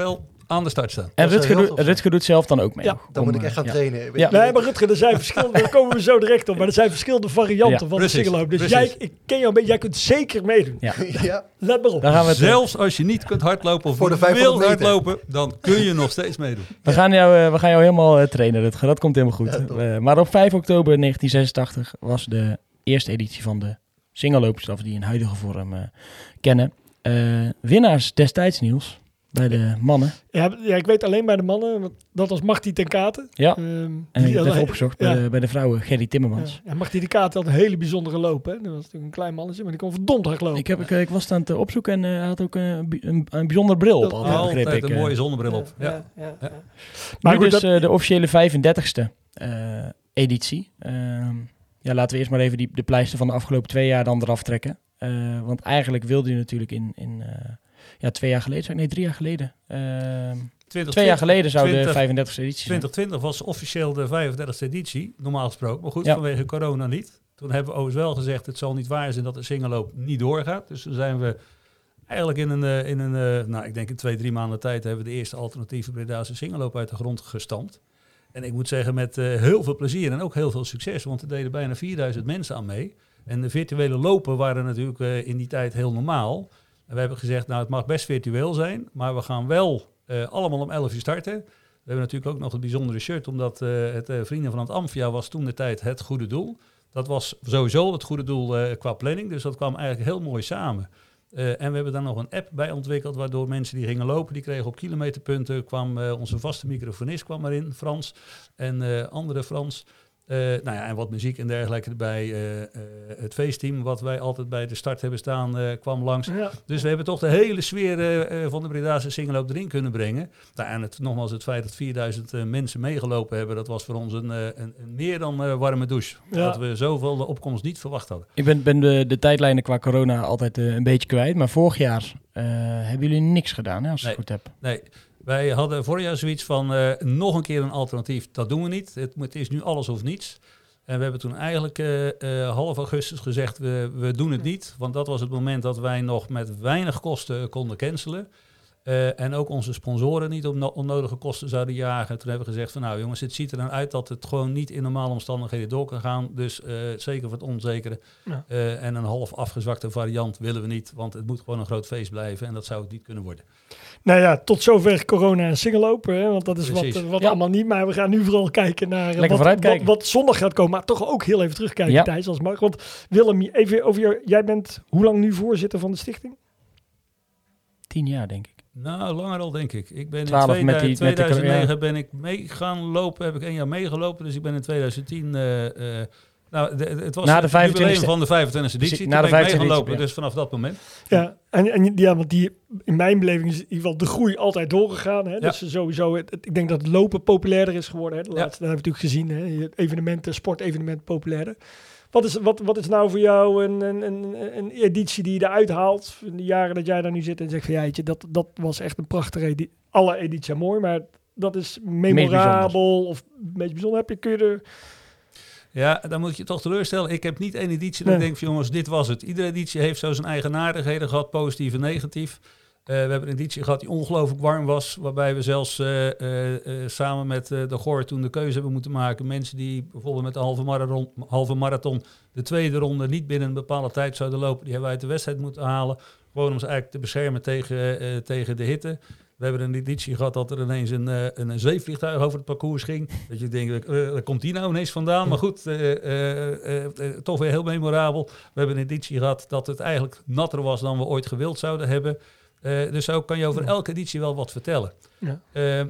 Speaker 5: aan de start staan.
Speaker 2: En
Speaker 4: Dat is heel tof,
Speaker 2: Rutger doet zelf dan ook mee.
Speaker 3: Ja,
Speaker 2: nog.
Speaker 4: Dan moet ik echt gaan trainen. Weet
Speaker 2: ja.
Speaker 4: je.
Speaker 3: Nee, maar Rutger, er zijn verschillende, daar komen we zo direct op, maar er zijn verschillende varianten
Speaker 2: Ja,
Speaker 3: van
Speaker 5: precies,
Speaker 3: de singelloop. Dus
Speaker 5: precies.
Speaker 3: ik ken jou een beetje, jij kunt zeker meedoen.
Speaker 2: Ja.
Speaker 4: Ja.
Speaker 3: Let maar op.
Speaker 2: Dan gaan we het,
Speaker 5: Zelfs als je niet kunt hardlopen of
Speaker 4: Voor de
Speaker 5: wil
Speaker 4: 500 meter.
Speaker 5: hardlopen, dan kun je nog steeds meedoen.
Speaker 2: we gaan jou helemaal trainen, Rutger. Dat komt helemaal goed.
Speaker 4: Ja, top.
Speaker 2: Maar op 5 oktober 1986 was de eerste editie van de singelloop, zoals we die in huidige vorm kennen. Winnaars destijds, Niels, bij de mannen.
Speaker 3: Ja, ik weet alleen bij de mannen, want dat was Marty ten Katen.
Speaker 2: Ja,
Speaker 3: En
Speaker 2: en ik heb het even opgezocht bij de vrouwen, Gerry Timmermans.
Speaker 3: Ja, Marty ten Katen had een hele bijzondere loop. Hè? Dat was natuurlijk een klein mannetje, maar die kon verdomd hard lopen.
Speaker 2: Ik was het aan het opzoeken en hij had ook een bijzondere bril op.
Speaker 5: Altijd
Speaker 2: begreep ik.
Speaker 5: een mooie zonnebril op. Ja.
Speaker 3: Maar
Speaker 2: Maar
Speaker 3: goed,
Speaker 2: dus
Speaker 3: dat-
Speaker 2: de officiële 35e editie. Laten we eerst maar even de pleister van de afgelopen 2 jaar dan eraf trekken. Want eigenlijk wilde hij natuurlijk in 2 jaar geleden, 3 jaar geleden. 2 jaar geleden zou de 35e editie zijn.
Speaker 5: 2020 was officieel de 35e editie, normaal gesproken. Maar goed,
Speaker 2: Ja.
Speaker 5: vanwege corona niet. Toen hebben we overigens wel gezegd, het zal niet waar zijn dat de singelloop niet doorgaat. Dus toen zijn we eigenlijk ik denk in 2-3 maanden tijd hebben we de eerste alternatieve Bredaanse singelloop uit de grond gestampt. En ik moet zeggen met heel veel plezier en ook heel veel succes, want er deden bijna 4000 mensen aan mee. En de virtuele lopen waren natuurlijk in die tijd heel normaal. En we hebben gezegd, nou het mag best virtueel zijn, maar we gaan wel allemaal om 11 uur starten. We hebben natuurlijk ook nog het bijzondere shirt, omdat het Vrienden van het Amphia was toen de tijd het goede doel. Dat was sowieso het goede doel qua planning, dus dat kwam eigenlijk heel mooi samen. En we hebben daar nog een app bij ontwikkeld, waardoor mensen die gingen lopen, die kregen op kilometerpunten, kwam onze vaste microfonist kwam erin, Frans, en andere Frans. En wat muziek en dergelijke erbij. Het feestteam, wat wij altijd bij de start hebben staan, kwam langs.
Speaker 3: Ja.
Speaker 5: Dus we hebben toch de hele sfeer van de Bredaanse singelloop erin kunnen brengen. Nou, en nogmaals, het feit dat 4000 mensen meegelopen hebben, dat was voor ons een meer dan warme douche.
Speaker 3: Ja.
Speaker 5: Dat we zoveel opkomst niet verwacht hadden.
Speaker 2: Ik ben de tijdlijnen qua corona altijd een beetje kwijt. Maar vorig jaar hebben jullie niks gedaan, hè, als ik het goed heb.
Speaker 5: Nee, wij hadden vorig jaar zoiets van nog een keer een alternatief. Dat doen we niet. Het is nu alles of niets. En we hebben toen eigenlijk half augustus gezegd, we doen het niet. Want dat was het moment dat wij nog met weinig kosten konden cancelen. En ook onze sponsoren niet op onnodige kosten zouden jagen. Toen hebben we gezegd van nou jongens, het ziet er dan uit dat het gewoon niet in normale omstandigheden door kan gaan. Dus zeker voor het onzekere.
Speaker 3: Ja.
Speaker 5: En een half afgezwakte variant willen we niet. Want het moet gewoon een groot feest blijven en dat zou het niet kunnen worden.
Speaker 3: Nou ja, tot zover corona en singellopen. Hè, want dat is
Speaker 5: Precies.
Speaker 3: wat
Speaker 2: Ja.
Speaker 3: allemaal niet. Maar we gaan nu vooral kijken naar
Speaker 2: Lekker vooruitkijken.
Speaker 3: wat zondag gaat komen. Maar toch ook heel even terugkijken,
Speaker 2: Ja.
Speaker 3: Thijs, als mag. Want Willem, even over jou. Jij bent hoe lang nu voorzitter van de stichting?
Speaker 2: 10 jaar, denk ik.
Speaker 5: Nou, langer al denk ik. Ik ben
Speaker 2: 12
Speaker 5: in
Speaker 2: met die- met de
Speaker 5: 2009
Speaker 2: ja.
Speaker 5: ben ik mee gaan lopen, heb ik 1 jaar meegelopen. Dus ik ben in 2010... het was
Speaker 2: Na de
Speaker 5: het jubileum
Speaker 2: 25e
Speaker 5: van de 25e editie. Toen
Speaker 2: Na de
Speaker 5: ben ik mee
Speaker 2: 25e
Speaker 5: gaan lopen,
Speaker 2: ja.
Speaker 5: dus vanaf dat moment.
Speaker 3: Ja, want die, in mijn beleving is in ieder geval de groei altijd doorgegaan. Hè?
Speaker 5: Ja.
Speaker 3: Dus sowieso, ik denk dat het lopen populairder is geworden. Hè? De
Speaker 5: Ja.
Speaker 3: laatste, dat hebben we natuurlijk gezien. Hè? Evenementen, sportevenementen populairder. Wat is nou voor jou een editie die je eruit haalt in de jaren dat jij daar nu zit en zegt van ja, jeetje, dat was echt een prachtige editie. Alle edities zijn mooi, maar dat is memorabel of een beetje bijzonder. Kun je er...
Speaker 5: Ja, dan moet je toch teleurstellen. Ik heb niet één editie dat ik denk van jongens, dit was het. Iedere editie heeft zo zijn eigenaardigheden gehad, positief en negatief. We hebben een editie gehad die ongelooflijk warm was. Waarbij we zelfs samen met de Goor toen de keuze hebben moeten maken. Mensen die bijvoorbeeld met de halve marathon de tweede ronde niet binnen een bepaalde tijd zouden lopen. Die hebben we uit de wedstrijd moeten halen. Gewoon om ze eigenlijk te beschermen tegen de hitte. We hebben een editie gehad dat er ineens een zeevliegtuig over het parcours ging. Dat je denkt, waar komt die nou ineens vandaan? Maar goed, toch weer heel memorabel. We hebben een editie gehad dat het eigenlijk natter was dan we ooit gewild zouden hebben. Dus zo kan je over elke editie wel wat vertellen.
Speaker 3: Ja.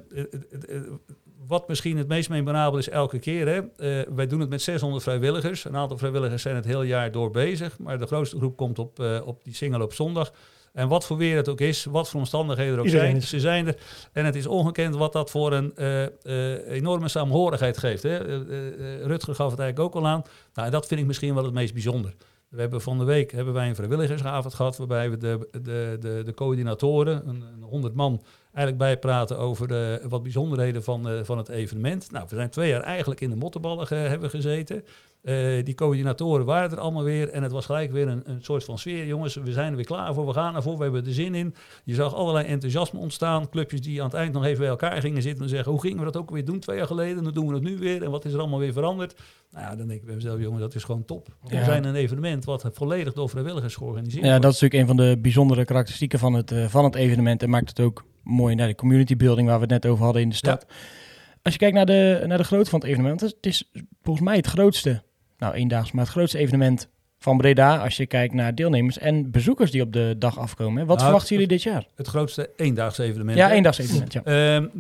Speaker 5: Wat misschien het meest memorabel is elke keer. Hè? Wij doen het met 600 vrijwilligers. Een aantal vrijwilligers zijn het heel jaar door bezig. Maar de grootste groep komt op die single op zondag. En wat voor weer het ook is, wat voor omstandigheden er ook
Speaker 3: Iedereen
Speaker 5: zijn,
Speaker 3: is.
Speaker 5: ze zijn er. En het is ongekend wat dat voor een enorme saamhorigheid geeft. Hè? Rutger gaf het eigenlijk ook al aan. Nou, en dat vind ik misschien wel het meest bijzonder. We hebben van de week een vrijwilligersavond gehad, waarbij we de coördinatoren, een 100 man, eigenlijk bijpraten over wat bijzonderheden van het evenement. Nou, we zijn 2 jaar eigenlijk in de mottenballen hebben gezeten. Die coördinatoren waren er allemaal weer en het was gelijk weer een soort van sfeer. Jongens, we zijn er weer klaar voor, we gaan ervoor, we hebben er zin in. Je zag allerlei enthousiasme ontstaan. Clubjes die aan het eind nog even bij elkaar gingen zitten en zeggen, hoe gingen we dat ook weer doen 2 jaar geleden? Dan doen we het nu weer en wat is er allemaal weer veranderd? Nou ja, dan denk ik bij mezelf, jongens, dat is gewoon top.
Speaker 2: Ja.
Speaker 5: We zijn een evenement wat volledig door vrijwilligers georganiseerd
Speaker 2: Ja,
Speaker 5: wordt.
Speaker 2: dat is natuurlijk een van de bijzondere karakteristieken van het evenement en maakt het ook mooi naar de community building waar we het net over hadden in de stad. Ja. Als je kijkt naar de grootte van het evenement, het is volgens mij het grootste, eendaags, maar het grootste evenement van Breda als je kijkt naar deelnemers en bezoekers die op de dag afkomen. Wat verwachten jullie dit jaar?
Speaker 5: Het grootste eendaagse evenement.
Speaker 2: Ja, eendaags evenement, ja.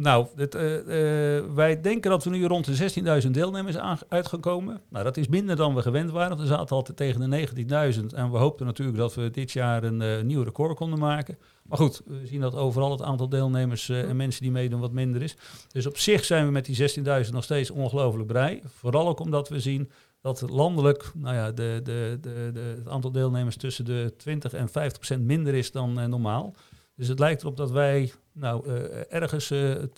Speaker 5: Wij denken dat we nu rond de 16.000 deelnemers uit gaan komen. Nou, dat is minder dan we gewend waren. We zaten altijd tegen de 19.000 en we hoopten natuurlijk dat we dit jaar een nieuw record konden maken. Maar goed, we zien dat overal het aantal deelnemers en mensen die meedoen wat minder is. Dus op zich zijn we met die 16.000 nog steeds ongelooflijk blij. Vooral ook omdat we zien dat landelijk het aantal deelnemers tussen de 20 en 50% minder is dan normaal. Dus het lijkt erop dat wij ergens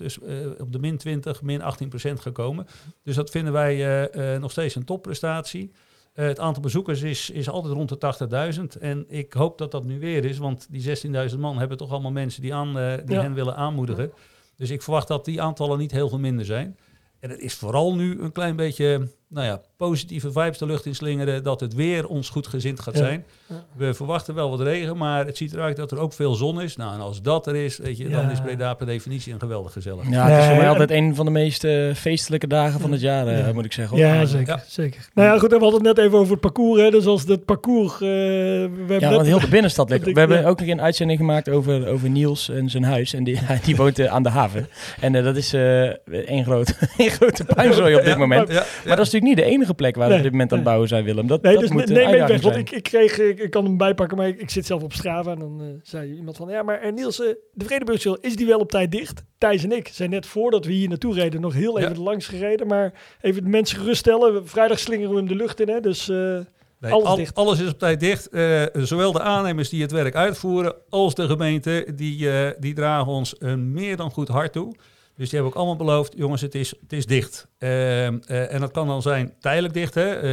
Speaker 5: op de min 20, min 18% gaan komen. Dus dat vinden wij nog steeds een topprestatie. Het aantal bezoekers is altijd rond de 80.000. En ik hoop dat dat nu weer is, want die 16.000 man hebben toch allemaal mensen die hen willen aanmoedigen. Dus ik verwacht dat die aantallen niet heel veel minder zijn. En het is vooral nu een klein beetje positieve vibes de lucht in slingeren, dat het weer ons goed gezind gaat zijn. Ja. We verwachten wel wat regen, maar het ziet eruit dat er ook veel zon is. Nou, en als dat er is, dan is Breda per definitie een geweldig gezellig.
Speaker 2: Ja, het is voor mij altijd een van de meest feestelijke dagen van het jaar, moet ik zeggen.
Speaker 3: Ja, zeker. Zeker. Nou ja, goed, we hadden het net even over het parcours. Hè. Dus als het parcours...
Speaker 2: want heel de binnenstad ligt. We hebben ook nog een uitzending gemaakt over Niels en zijn huis. En die woont aan de haven. En dat is één grote puinzooi op dit moment. Maar dat is natuurlijk niet de enige plek waar we op dit moment aan het bouwen zijn, Willem. Dat moet een uitdaging zijn.
Speaker 3: Ik kan hem bijpakken, maar ik zit zelf op Strava. En dan zei iemand van, ja, maar Niels, de Vredenburgschool, is die wel op tijd dicht? Thijs en ik zijn net voordat we hier naartoe reden nog heel even langs gereden. Maar even de mensen geruststellen. Vrijdag slingeren we hem de lucht in, hè. Dus
Speaker 5: alles is op tijd dicht. Zowel de aannemers die het werk uitvoeren als de gemeente, die dragen ons een meer dan goed hart toe. Dus die hebben ook allemaal beloofd, jongens, het is dicht. En dat kan dan zijn tijdelijk dicht,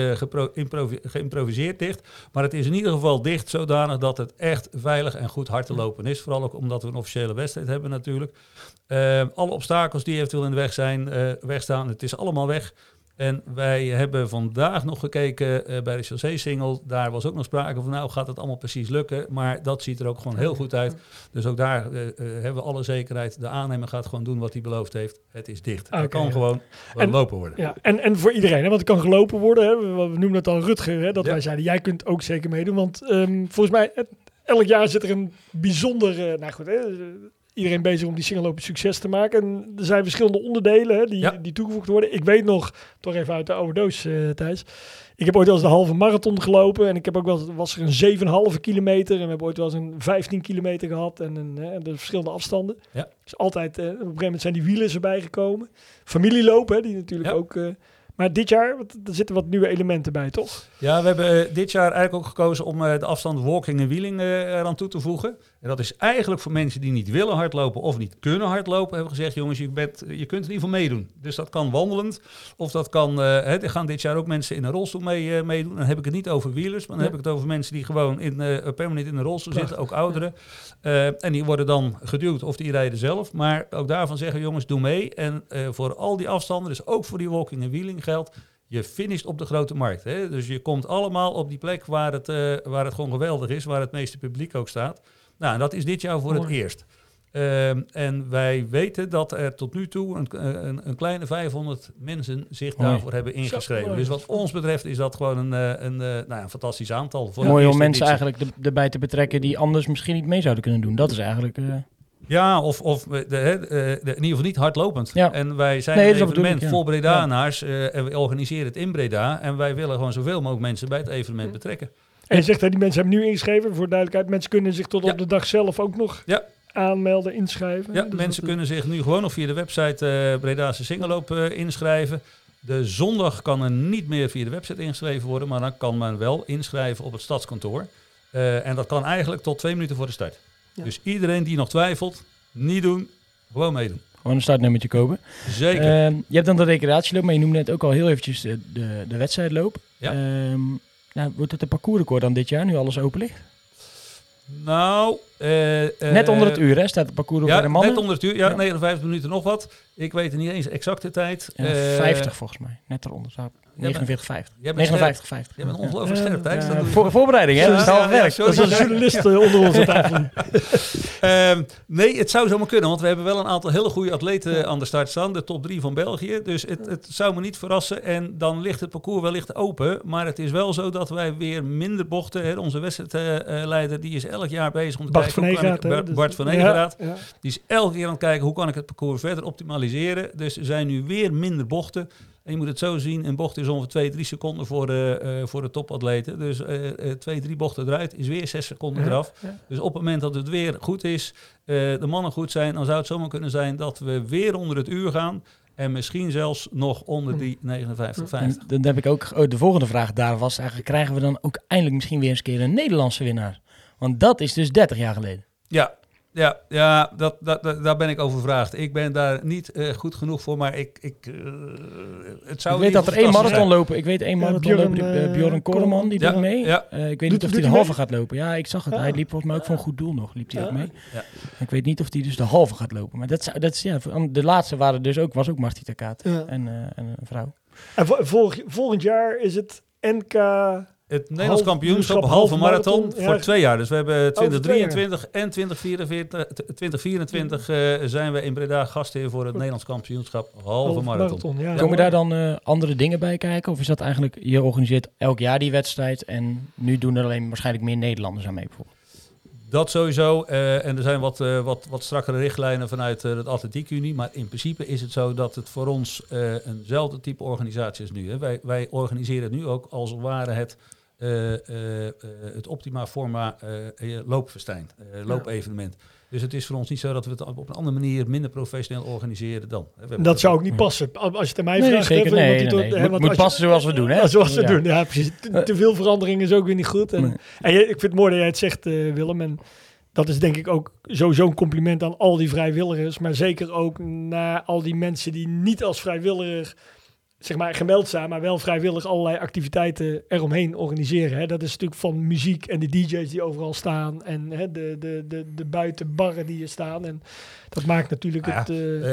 Speaker 5: geïmproviseerd dicht. Maar het is in ieder geval dicht zodanig dat het echt veilig en goed hard te lopen is. Vooral ook omdat we een officiële wedstrijd hebben natuurlijk. Alle obstakels die eventueel in de weg wegstaan, het is allemaal weg. En wij hebben vandaag nog gekeken bij de Chaussee-single. Daar was ook nog sprake van, gaat het allemaal precies lukken? Maar dat ziet er ook gewoon heel goed uit. Dus ook daar hebben we alle zekerheid. De aannemer gaat gewoon doen wat hij beloofd heeft. Het is dicht. Het kan gewoon gelopen worden.
Speaker 3: Ja, en voor iedereen, hè, want het kan gelopen worden. Hè. We noemen het al Rutger, hè, dat wij zeiden, jij kunt ook zeker meedoen. Want volgens mij, elk jaar zit er een bijzonder... iedereen bezig om die singelopen succes te maken. En er zijn verschillende onderdelen die toegevoegd worden. Ik weet nog, toch even uit de oude doos, Thijs. Ik heb ooit wel eens de halve marathon gelopen. En ik heb ook was er een 7,5 kilometer. En we hebben ooit wel eens een 15 kilometer gehad. En de verschillende afstanden. Ja. Dus altijd, op een gegeven moment zijn die wielers erbij gekomen. Familielopen, die natuurlijk ook... Maar dit jaar, er zitten wat nieuwe elementen bij, toch?
Speaker 5: Ja, we hebben dit jaar eigenlijk ook gekozen om de afstand walking en wheeling eraan toe te voegen. En dat is eigenlijk voor mensen die niet willen hardlopen of niet kunnen hardlopen. Hebben we gezegd, jongens, je kunt in ieder geval meedoen. Dus dat kan wandelend. Of dat kan, er gaan dit jaar ook mensen in een rolstoel meedoen. Dan heb ik het niet over wielers, maar dan heb ik het over mensen die gewoon permanent in een rolstoel zitten. Ook ouderen. En die worden dan geduwd of die rijden zelf. Maar ook daarvan zeggen, jongens, doe mee. En voor al die afstanden, dus ook voor die walking en wheeling geldt, je finisht op de grote markt. Hè? Dus je komt allemaal op die plek waar het gewoon geweldig is, waar het meeste publiek ook staat. Nou, en dat is dit jaar voor het eerst. En wij weten dat er tot nu toe een kleine 500 mensen zich daarvoor hebben ingeschreven. Dus wat ons betreft is dat gewoon een fantastisch aantal.
Speaker 2: Mooi om mensen eigenlijk erbij te betrekken die anders misschien niet mee zouden kunnen doen. Dat is eigenlijk...
Speaker 5: Ja, of in ieder geval niet hardlopend. Ja. En wij zijn een evenement voor Bredanaars en we organiseren het in Breda. En wij willen gewoon zoveel mogelijk mensen bij het evenement betrekken.
Speaker 3: En je zegt dat die mensen hebben nu ingeschreven, voor duidelijkheid. Mensen kunnen zich tot op de dag zelf ook nog aanmelden, inschrijven.
Speaker 5: Ja, dus mensen kunnen zich nu gewoon nog via de website Bredaanse Singeloop inschrijven. De zondag kan er niet meer via de website ingeschreven worden, maar dan kan men wel inschrijven op het stadskantoor. En dat kan eigenlijk tot 2 minuten voor de start. Ja. Dus iedereen die nog twijfelt, niet doen. Gewoon meedoen.
Speaker 2: Gewoon een startnummertje kopen.
Speaker 5: Zeker.
Speaker 2: Je hebt dan de recreatieloop, maar je noemde net ook al heel eventjes de wedstrijdloop.
Speaker 5: Ja.
Speaker 2: Wordt het een parcoursrecord dan dit jaar, nu alles open ligt?
Speaker 5: Nou...
Speaker 2: net onder het uur, hè? Staat het parcours op bij de mannen?
Speaker 5: Net onder het uur. Ja, 59 minuten nog wat. Ik weet er niet eens exact de tijd.
Speaker 2: 50 volgens mij. Net eronder. 59,50. 59,50.
Speaker 5: Jij bent ongelooflijk scherp, Thijs.
Speaker 2: Voorbereiding, hè? Dat is al werk.
Speaker 3: Dat is een journalist onder onze tafel.
Speaker 5: Nee, het zou zomaar kunnen. Want we hebben wel een aantal hele goede atleten aan de start staan. De top 3 van België. Dus het zou me niet verrassen. En dan ligt het parcours wellicht open. Maar het is wel zo dat wij weer minder bochten. Hè. Onze wedstrijdleider die is elk jaar bezig om te kijken... Bart van Egeraat. Ja. Die is elke keer aan het kijken hoe kan ik het parcours verder optimaliseren. Dus er zijn nu weer minder bochten. En je moet het zo zien, een bocht is ongeveer 2-3 seconden voor de topatleten. Dus 2-3 bochten eruit is weer 6 seconden eraf. Ja. Dus op het moment dat het weer goed is, de mannen goed zijn, dan zou het zomaar kunnen zijn dat we weer onder het uur gaan. En misschien zelfs nog onder die 59,50.
Speaker 2: Dan heb ik ook de volgende vraag daar was eigenlijk, krijgen we dan ook eindelijk misschien weer eens een keer een Nederlandse winnaar? Want dat is dus 30 jaar geleden.
Speaker 5: Ja, daar ben ik overvraagd. Ik ben daar niet goed genoeg voor, maar het zou...
Speaker 2: Ik weet dat er één marathon lopen. Ik weet één marathon lopen, Björn Koreman, die doet mee. Ja. Ik weet niet of hij de halve gaat lopen. Ja, ik zag het. Hij liep volgens mij ook voor een goed doel nog. Liep hij ook mee. Ja. Ik weet niet of hij dus de halve gaat lopen. Maar dat is de laatste waren dus ook, was ook Martita Kaat en een vrouw.
Speaker 3: En volgend jaar is het NK...
Speaker 5: Het Nederlands kampioenschap halve marathon voor 2 jaar. Dus we hebben 2023 en 2024 zijn we in Breda gastheer voor het Nederlands kampioenschap halve marathon.
Speaker 2: Komen daar dan andere dingen bij kijken? Of is dat eigenlijk, je organiseert elk jaar die wedstrijd en nu doen er alleen waarschijnlijk meer Nederlanders aan mee bijvoorbeeld?
Speaker 5: Dat sowieso. En er zijn wat strakkere richtlijnen vanuit de Atletiekunie. Maar in principe is het zo dat het voor ons eenzelfde type organisatie is nu. Hè. Wij organiseren het nu ook als het ware het Optima Forma loopfestijn, loopevenement. Dus het is voor ons niet zo dat we het op een andere manier minder professioneel organiseren dan.
Speaker 3: Dat zou ook niet passen. Als je het aan mij vraagt.
Speaker 2: Zeker, het moet passen zoals we doen. Hè?
Speaker 3: Zoals we doen, ja precies. Te veel verandering is ook weer niet goed. En ik vind het mooi dat jij het zegt, Willem. En dat is denk ik ook sowieso een compliment aan al die vrijwilligers. Maar zeker ook naar al die mensen die niet als vrijwilliger... zeg maar gemeld zijn, maar wel vrijwillig allerlei activiteiten eromheen organiseren. Hè. Dat is natuurlijk van muziek en de DJ's die overal staan en de buitenbarren die er staan. En dat maakt natuurlijk het...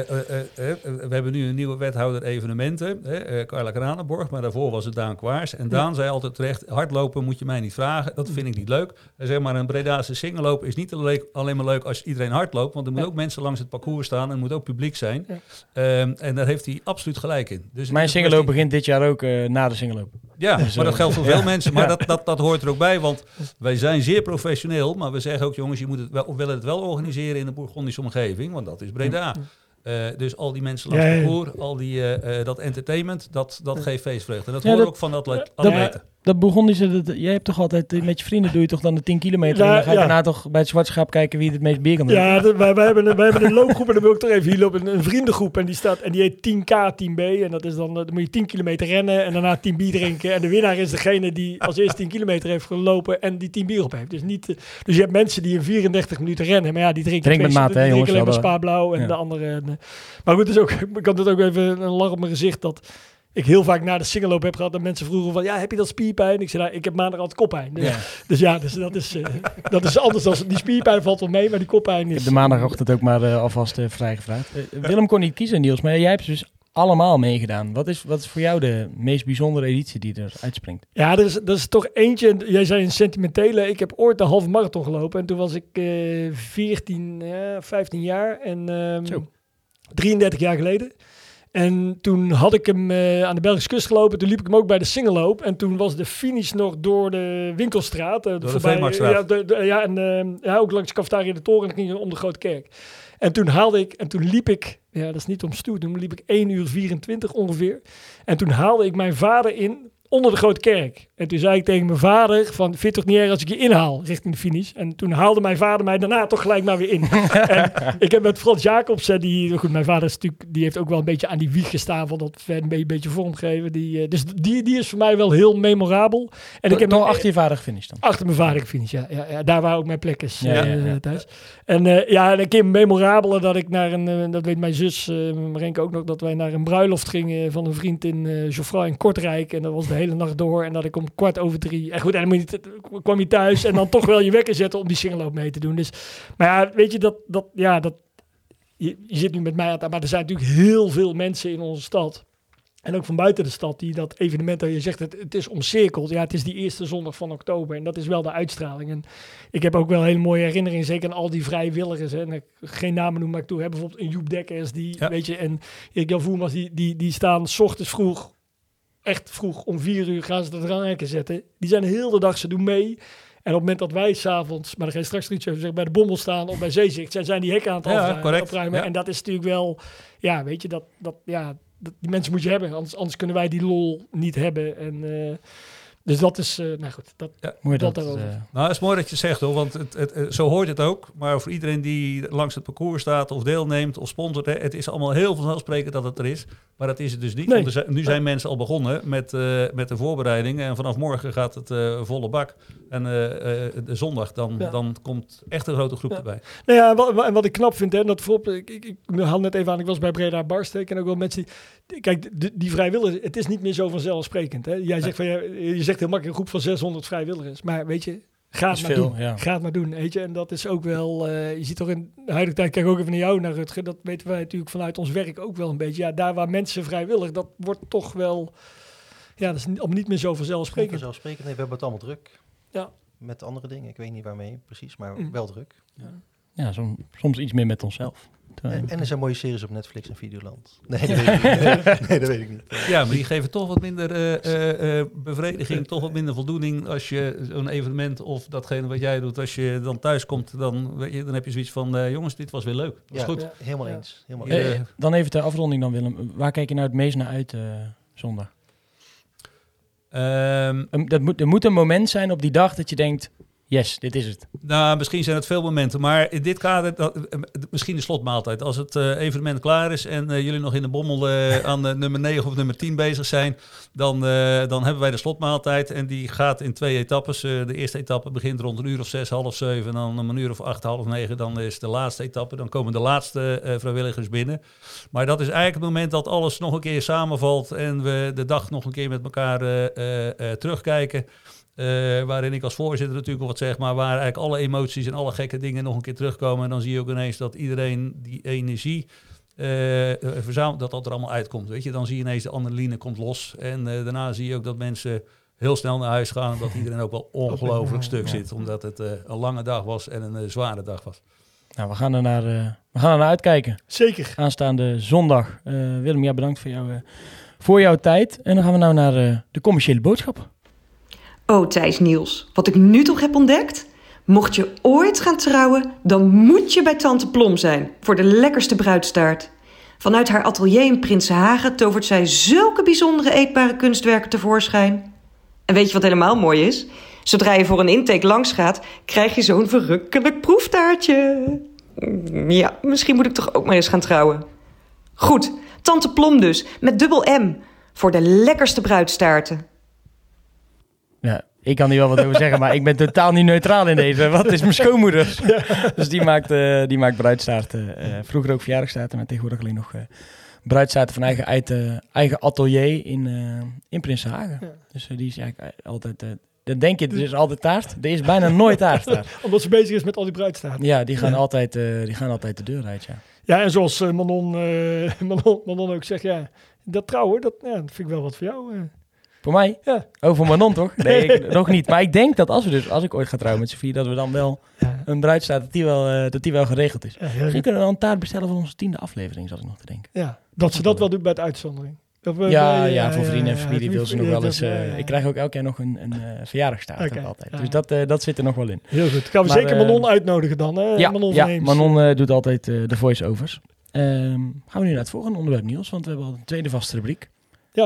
Speaker 5: we hebben nu een nieuwe wethouder evenementen, Carla Kranenborg, maar daarvoor was het Daan Kwaars. En Daan zei altijd terecht, hardlopen moet je mij niet vragen, dat vind ik niet leuk. Hij zei maar, een Bredaanse singelloop is niet alleen maar leuk als iedereen hardloopt, want er moeten ook mensen langs het parcours staan en er moet ook publiek zijn. Ja. En daar heeft hij absoluut gelijk in. Dus
Speaker 2: mijn singelloop begint dit jaar ook na de singelloop.
Speaker 5: Ja, dus, maar dat geldt voor veel mensen. Maar dat hoort er ook bij, want wij zijn zeer professioneel. Maar we zeggen ook, jongens, je moet het willen het wel organiseren in de Bourgondische omgeving, want dat is Breda. Dus al die mensen langs het parcours, al dat entertainment, dat geeft feestvreugde. En dat hoort ook van de atleten.
Speaker 2: Dat Bourgondische, jij hebt toch altijd met je vrienden doe je toch dan de 10 kilometer. En dan ga je daarna toch bij het Zwartschaap kijken wie het meest bier kan doen.
Speaker 3: Ja, wij hebben een loopgroep en dan wil ik toch even hier lopen. Een vriendengroep en die staat en die heet 10K, 10B. En dat is dan moet je 10 kilometer rennen en daarna 10 bier drinken. En de winnaar is degene die als eerste 10 kilometer heeft gelopen en die 10 bier op heeft. Dus je hebt mensen die in 34 minuten rennen. Maar ja, die drinken
Speaker 2: met maat, hè, jongens.
Speaker 3: Alleen maar Spa Blauw en de andere. Maar goed, dus ook, ik had het ook even een lach op mijn gezicht dat... ik heel vaak na de singelloop heb gehad dat mensen vroegen van... ja, heb je dat spierpijn? Ik zei, ik heb maandag altijd koppijn. Dus dat is anders dan... die spierpijn valt wel mee, maar die koppijn is...
Speaker 2: Ik heb de maandagochtend ook maar alvast vrijgevraagd. Willem kon niet kiezen, Niels, maar jij hebt dus allemaal meegedaan. Wat is voor jou de meest bijzondere editie die er uitspringt?
Speaker 3: Ja, er is toch eentje... Jij zei een sentimentele... Ik heb ooit de halve marathon gelopen en toen was ik 15 jaar en 33 jaar geleden... En toen had ik hem aan de Belgische kust gelopen. Toen liep ik hem ook bij de singelloop. En toen was de finish nog door de Winkelstraat.
Speaker 5: Door de Veemarktstraat.
Speaker 3: Ook langs de cafetaria de Toren. En ging je om de Grote Kerk. En toen haalde ik... En toen liep ik... Ja, dat is niet om stoer. Toen liep ik 1 uur 24 ongeveer. En toen haalde ik mijn vader in... onder de Grote Kerk. En toen zei ik tegen mijn vader van, vind je het toch niet erg als ik je inhaal richting de finish? En toen haalde mijn vader mij daarna toch gelijk maar weer in. En ik heb met Frans Jacobsen, mijn vader is natuurlijk, die heeft ook wel een beetje aan die wieg gestaan van dat een beetje vormgeven. Dus die is voor mij wel heel memorabel. En ik heb
Speaker 2: toch achter je vader gefinished dan?
Speaker 3: Achter mijn vader finish, ja. Daar waar ook mijn plek is thuis.
Speaker 2: Ja.
Speaker 3: En een keer memorabele dat ik naar dat weet mijn zus, Marenke ook nog, dat wij naar een bruiloft gingen van een vriend in Geoffroy in Kortrijk. En dat was de hele nacht door. En dat ik om 2:15... En goed, en dan kwam je thuis en dan toch wel je wekker zetten om die singelloop mee te doen. Dus, maar ja, weet je, je zit nu met mij aan het, maar er zijn natuurlijk heel veel mensen in onze stad. En ook van buiten de stad die dat evenement, dat je zegt, het is omcirkeld. Ja, het is die eerste zondag van oktober en dat is wel de uitstraling. En ik heb ook wel hele mooie herinneringen, zeker aan al die vrijwilligers. Hè. En geen namen noemen, maar ik heb bijvoorbeeld een Joep Dekkers, weet je, en Erik-Jan Voermans, die staan 's ochtends vroeg, echt vroeg, om 4:00 gaan ze de dranghekken zetten. Die zijn heel de dag, ze doen mee. En op het moment dat wij s'avonds, maar dan ga je straks iets over zeggen, bij de Bommel staan of bij Zeezicht, zijn die hekken aan het opruimen. Ja. En dat is natuurlijk wel, ja, weet je, die mensen moet je hebben, anders kunnen wij die lol niet hebben. En, dus dat is, nou goed, dat daarover.
Speaker 5: Nou, het is mooi dat je zegt hoor, want zo hoort het ook. Maar voor iedereen die langs het parcours staat of deelneemt of sponsort, het is allemaal heel vanzelfsprekend dat het er is. Maar dat is het dus niet.
Speaker 3: Nee.
Speaker 5: Want nu zijn mensen al begonnen met de voorbereidingen. En vanaf morgen gaat het volle bak. En de zondag, dan komt echt een grote groep erbij.
Speaker 3: Nou ja, wat ik knap vind, hè, dat bijvoorbeeld, ik haal net even aan, ik was bij Breda Barsteek en ook wel mensen kijk, die vrijwilligers, het is niet meer zo vanzelfsprekend. Hè. Jij zegt van, je zegt heel makkelijk een groep van 600 vrijwilligers. Maar weet je, ga het maar doen, weet je. En dat is ook wel, je ziet toch in de huidige tijd, kijk ook even naar jou, naar Rutger, dat weten wij natuurlijk vanuit ons werk ook wel een beetje. Ja, daar waar mensen vrijwillig, dat wordt toch wel, ja, dat is niet meer zo vanzelfsprekend.
Speaker 4: Vanzelfsprekend, nee, we hebben het allemaal druk.
Speaker 3: Ja.
Speaker 4: Met andere dingen, ik weet niet waarmee precies, maar wel druk.
Speaker 2: Ja, soms iets meer met onszelf.
Speaker 4: En er zijn mooie series op Netflix en Videoland. Nee, dat weet ik niet. Nee, dat weet ik niet.
Speaker 5: Ja, maar die geven toch wat minder bevrediging, toch wat minder voldoening als je zo'n evenement of datgene wat jij doet, als je dan thuis komt, dan heb je zoiets van, jongens, dit was weer leuk. Dat is goed.
Speaker 4: Ja, helemaal eens.
Speaker 2: Dan even ter afronding dan, Willem. Waar kijk je nou het meest naar uit zondag? Er moet een moment zijn op die dag dat je denkt, yes, dit is het.
Speaker 5: Nou, misschien zijn het veel momenten, maar in dit kader, misschien de slotmaaltijd. Als het evenement klaar is en jullie nog in de Bommel aan nummer 9 of nummer 10 bezig zijn, dan hebben wij de slotmaaltijd en die gaat in 2 etappes. De eerste etappe begint rond 6:00, 6:30 en dan om 8:00, 8:30 dan is de laatste etappe. Dan komen de laatste vrijwilligers binnen. Maar dat is eigenlijk het moment dat alles nog een keer samenvalt en we de dag nog een keer met elkaar terugkijken. Waarin ik als voorzitter natuurlijk al wat zeg, maar waar eigenlijk alle emoties en alle gekke dingen nog een keer terugkomen. En dan zie je ook ineens dat iedereen die energie verzamelt, dat er allemaal uitkomt. Weet je? Dan zie je ineens de adrenaline komt los. En daarna zie je ook dat mensen heel snel naar huis gaan. En dat iedereen ook wel ongelooflijk stuk zit. Omdat het een lange dag was en een zware dag was.
Speaker 2: Nou, we gaan er naar uitkijken.
Speaker 3: Zeker.
Speaker 2: Aanstaande zondag. Willem, ja, bedankt voor jouw tijd. En dan gaan we nou naar de commerciële boodschap.
Speaker 6: Oh, Thijs Niels, wat ik nu toch heb ontdekt? Mocht je ooit gaan trouwen, dan moet je bij Tante Plom zijn voor de lekkerste bruidstaart. Vanuit haar atelier in Prinsenhagen tovert zij zulke bijzondere eetbare kunstwerken tevoorschijn. En weet je wat helemaal mooi is? Zodra je voor een intake langs gaat, krijg je zo'n verrukkelijk proeftaartje. Ja, misschien moet ik toch ook maar eens gaan trouwen. Goed, Tante Plom dus, met dubbel M, voor de lekkerste bruidstaarten.
Speaker 2: Ja, ik kan hier wel wat over zeggen, maar ik ben totaal niet neutraal in deze. Wat is mijn schoonmoeder? Dus die maakt bruidstaarten. Vroeger ook verjaardagstaarten, maar tegenwoordig alleen nog bruidstaarten van eigen atelier in Prinsenhagen. Ja. Dus die is eigenlijk altijd... dan denk je, er is altijd taart. Er is bijna nooit taart.
Speaker 3: Omdat ze bezig is met al die bruidstaarten.
Speaker 2: Ja, die gaan altijd de deur uit, ja.
Speaker 3: Ja, en zoals Manon ook zegt, ja, dat trouwen, dat vind ik wel wat voor jou.
Speaker 2: Voor mij?
Speaker 3: Ja.
Speaker 2: Oh, voor Manon toch? Nee, nog niet. Maar ik denk dat als ik ooit ga trouwen met Sofie, dat we dan wel een bruidstaart, dat die wel geregeld is. Ja, misschien kunnen we dan een taart bestellen van onze 10e aflevering, zat ik nog te denken. Ja,
Speaker 3: dat ze dat wel doen bij de uitzondering.
Speaker 2: Voor vrienden en familie wil ze nog wel eens... Ik krijg ook elk jaar nog een verjaardagstaart altijd. Ja. Dus dat zit er nog wel in.
Speaker 3: Heel goed. Gaan we zeker Manon uitnodigen dan, hè?
Speaker 2: Ja,
Speaker 3: Manon
Speaker 2: doet altijd de voice-overs. Gaan we nu naar het volgende onderwerp, Niels, want we hebben al een tweede vaste rubriek.
Speaker 3: Ja.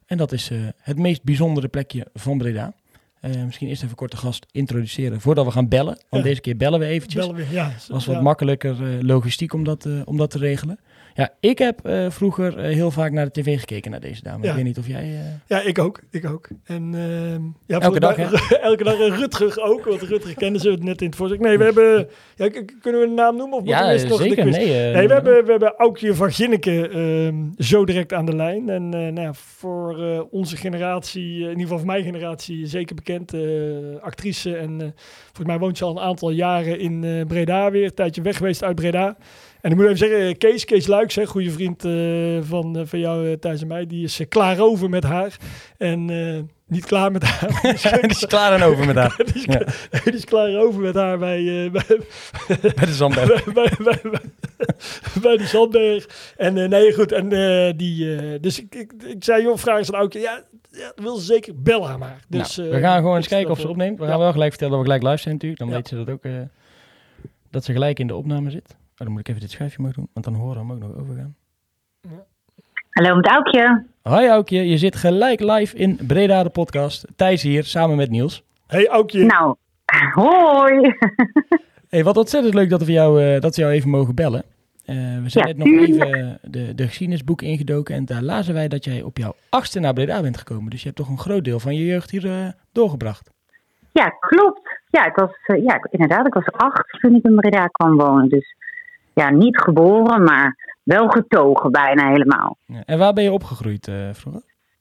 Speaker 2: En dat is het meest bijzondere plekje van Breda. Misschien eerst even kort de gast introduceren voordat we gaan bellen. Want deze keer bellen we eventjes. Was wat makkelijker logistiek om dat te regelen. Ja, ik heb vroeger heel vaak naar de tv gekeken naar deze dame.
Speaker 3: Ja.
Speaker 2: Ik weet niet of jij...
Speaker 3: Ja, ik ook. En,
Speaker 2: elke dag, hè?
Speaker 3: Elke dag Rutger ook, want Rutger kennen ze het net in het voorzicht. Nee, we hebben... Ja, kunnen we een naam noemen? Of
Speaker 2: ja,
Speaker 3: eerst nog
Speaker 2: zeker.
Speaker 3: de quiz? Nee, we hebben Aukje van Ginneke zo direct aan de lijn. En voor onze generatie, in ieder geval voor mijn generatie, zeker bekend. Actrice en volgens mij woont ze al een aantal jaren in Breda weer. Een tijdje weg geweest uit Breda. En ik moet even zeggen, Kees Luijks, goede vriend van jou, Thijs en mij, die is klaar over met haar. En niet klaar met haar.
Speaker 2: Die is klaar en over met haar.
Speaker 3: Die is klaar over met haar bij
Speaker 2: de Zandberg.
Speaker 3: bij de Zandberg. En nee, goed. En dus ik zei, joh, vraag eens aan Aukje. Ja, dat wil ze zeker, bel haar maar. Dus,
Speaker 2: we gaan gewoon eens kijken of ze opneemt. We gaan wel gelijk vertellen dat we gelijk live zijn natuurlijk. Dan weten ze dat ook, dat ze gelijk in de opname zit. Oh, dan moet ik even dit schuifje maar doen, want dan horen we hem ook nog overgaan.
Speaker 7: Hallo met Aukje.
Speaker 2: Hoi Aukje, je zit gelijk live in Breda de podcast. Thijs hier, samen met Niels.
Speaker 3: Hey Aukje.
Speaker 7: Nou, hoi.
Speaker 2: Hey, wat ontzettend leuk dat we jou even mogen bellen. We zijn net nog even de geschiedenisboek ingedoken en daar lazen wij dat jij op jouw 8e naar Breda bent gekomen. Dus je hebt toch een groot deel van je jeugd hier doorgebracht.
Speaker 7: Ja, klopt. Ja, ik was 8 toen ik in Breda kwam wonen. Dus ja, niet geboren, maar wel getogen bijna helemaal.
Speaker 2: Ja, en waar ben je opgegroeid vroeger?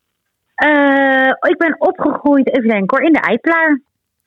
Speaker 7: Ik ben opgegroeid, even denken hoor, in de Eiplaar.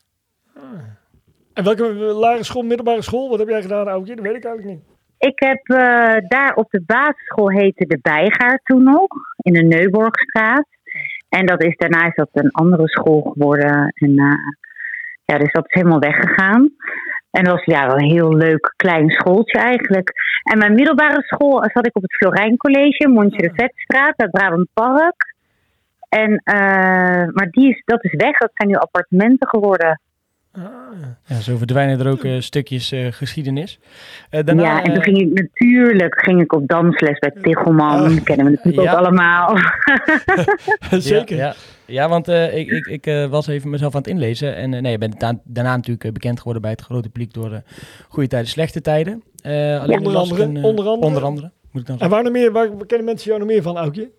Speaker 3: En welke lagere school, middelbare school? Wat heb jij gedaan, Aukje? Dat weet ik eigenlijk niet.
Speaker 7: Ik heb daar op de basisschool heette de Bijgaard toen nog, in de Neuborgstraat. En daarna is dat een andere school geworden. En dus dat is helemaal weggegaan. En dat was wel een heel leuk klein schooltje eigenlijk. En mijn middelbare school zat ik op het Florijn College, Montje de Vetstraat, bij Brabant Park. En, maar dat is weg, dat zijn nu appartementen geworden.
Speaker 2: Ja, zo verdwijnen er ook stukjes geschiedenis.
Speaker 7: Daarna, en toen ging ik op dansles bij Tichelman. Dat kennen we natuurlijk ook allemaal.
Speaker 3: Zeker.
Speaker 2: Ja, want ik was even mezelf aan het inlezen. En je bent daarna natuurlijk bekend geworden bij het grote publiek door goede tijden, slechte tijden. Onder andere. Moet ik dan
Speaker 3: en waar kennen mensen jou nog meer van, Aukje?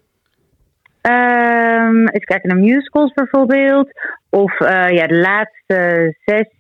Speaker 7: Even kijken naar musicals bijvoorbeeld. Of de laatste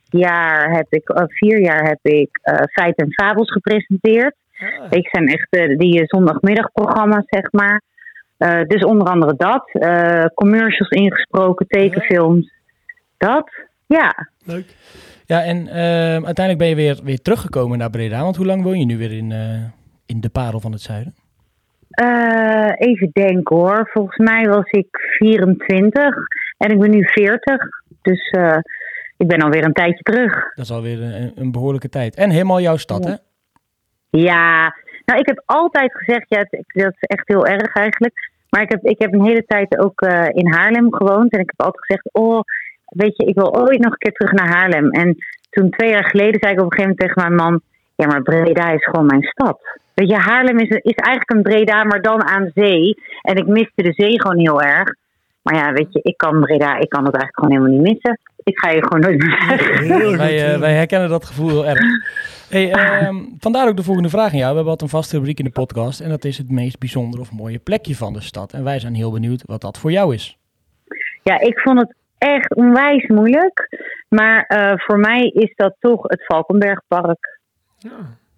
Speaker 7: 4 jaar heb ik Feit en Fabels gepresenteerd. Ik zijn echt die zondagmiddagprogramma's, zeg maar. Dus onder andere dat. Commercials ingesproken, tekenfilms. Dat, ja.
Speaker 3: Leuk.
Speaker 2: Ja, en uiteindelijk ben je weer teruggekomen naar Breda. Want hoe lang woon je nu weer in de Parel van het Zuiden?
Speaker 7: Even denken hoor. Volgens mij was ik 24 en ik ben nu 40. Dus ik ben alweer een tijdje terug.
Speaker 2: Dat is alweer een behoorlijke tijd. En helemaal jouw stad, hè?
Speaker 7: Ja, nou ik heb altijd gezegd, dat is echt heel erg eigenlijk. Maar ik heb een hele tijd ook in Haarlem gewoond. En ik heb altijd gezegd, weet je, ik wil ooit nog een keer terug naar Haarlem. En toen 2 jaar geleden zei ik op een gegeven moment tegen mijn man, ja, maar Breda is gewoon mijn stad. Weet je, Haarlem is eigenlijk een Breda, maar dan aan zee. En ik miste de zee gewoon heel erg. Maar ja, weet je, ik kan Breda, ik kan het eigenlijk gewoon helemaal niet missen. Ik ga je gewoon nooit meer
Speaker 2: wij herkennen dat gevoel heel erg. Hey, vandaar ook de volgende vraag aan jou. We hebben altijd een vaste rubriek in de podcast. En dat is het meest bijzondere of mooie plekje van de stad. En wij zijn heel benieuwd wat dat voor jou is.
Speaker 7: Ja, ik vond het echt onwijs moeilijk. Maar voor mij is dat toch het Valkenbergpark.
Speaker 3: Ja.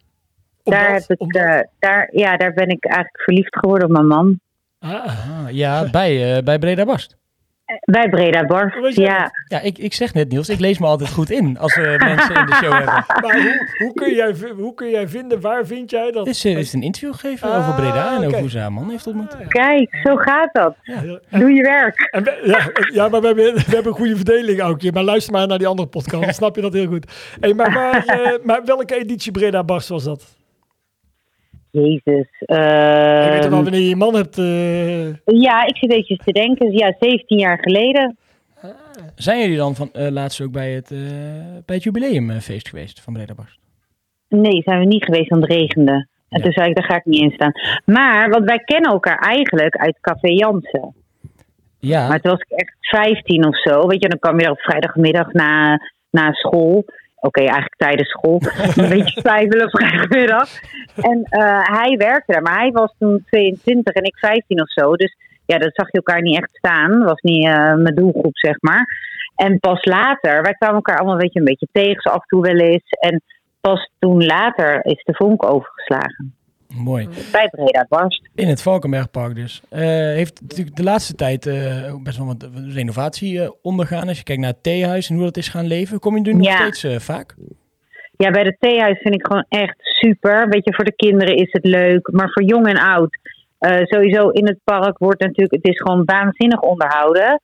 Speaker 7: Daar ben ik eigenlijk verliefd geworden op mijn man.
Speaker 2: Ja, bij Breda Barst.
Speaker 7: Bij Breda Barst, ja.
Speaker 2: Ja, ik zeg net, Niels, ik lees me altijd goed in als we mensen in de show hebben.
Speaker 3: Maar hoe kun jij vinden, waar vind jij dat?
Speaker 2: Het is een interview gegeven over Breda en over hoe ze haar man heeft ontmoet.
Speaker 7: Kijk, zo gaat dat. Ja. Doe je werk.
Speaker 3: Maar we hebben een goede verdeling ook. Maar luister maar naar die andere podcast, dan snap je dat heel goed. Hey, maar welke editie Breda Barst was dat?
Speaker 7: Jezus.
Speaker 3: Je weet toch wel wanneer je je man hebt...
Speaker 7: Ja, ik zit eventjes te denken. Ja, 17 jaar geleden.
Speaker 2: Zijn jullie dan laatst ook bij het jubileumfeest geweest van Breda Barst?
Speaker 7: Nee, zijn we niet geweest, want het regende. En toen zei ik, daar ga ik niet in staan. Maar, want wij kennen elkaar eigenlijk uit Café Jansen.
Speaker 2: Ja.
Speaker 7: Maar toen was ik echt 15 of zo. Weet je, dan kwam je op vrijdagmiddag na school. Oké, eigenlijk tijdens school. Een beetje spijbelen op vrijdagmiddag. En hij werkte daar, maar hij was toen 22 en ik 15 of zo. Dus ja, dat zag je elkaar niet echt staan. Dat was niet mijn doelgroep, zeg maar. En pas later, wij kwamen elkaar allemaal een beetje tegen, zo af en toe wel eens. En pas toen later is de vonk overgeslagen.
Speaker 2: Mooi.
Speaker 7: Bij Breda Barst.
Speaker 2: In het Valkenbergpark dus. Heeft natuurlijk de laatste tijd ook best wel wat renovatie ondergaan. Als je kijkt naar het theehuis en hoe dat is gaan leven. Kom je nu nog steeds vaak?
Speaker 7: Ja, bij het theehuis vind ik gewoon echt super. Weet je, voor de kinderen is het leuk. Maar voor jong en oud. Sowieso in het park wordt natuurlijk... Het is gewoon waanzinnig onderhouden.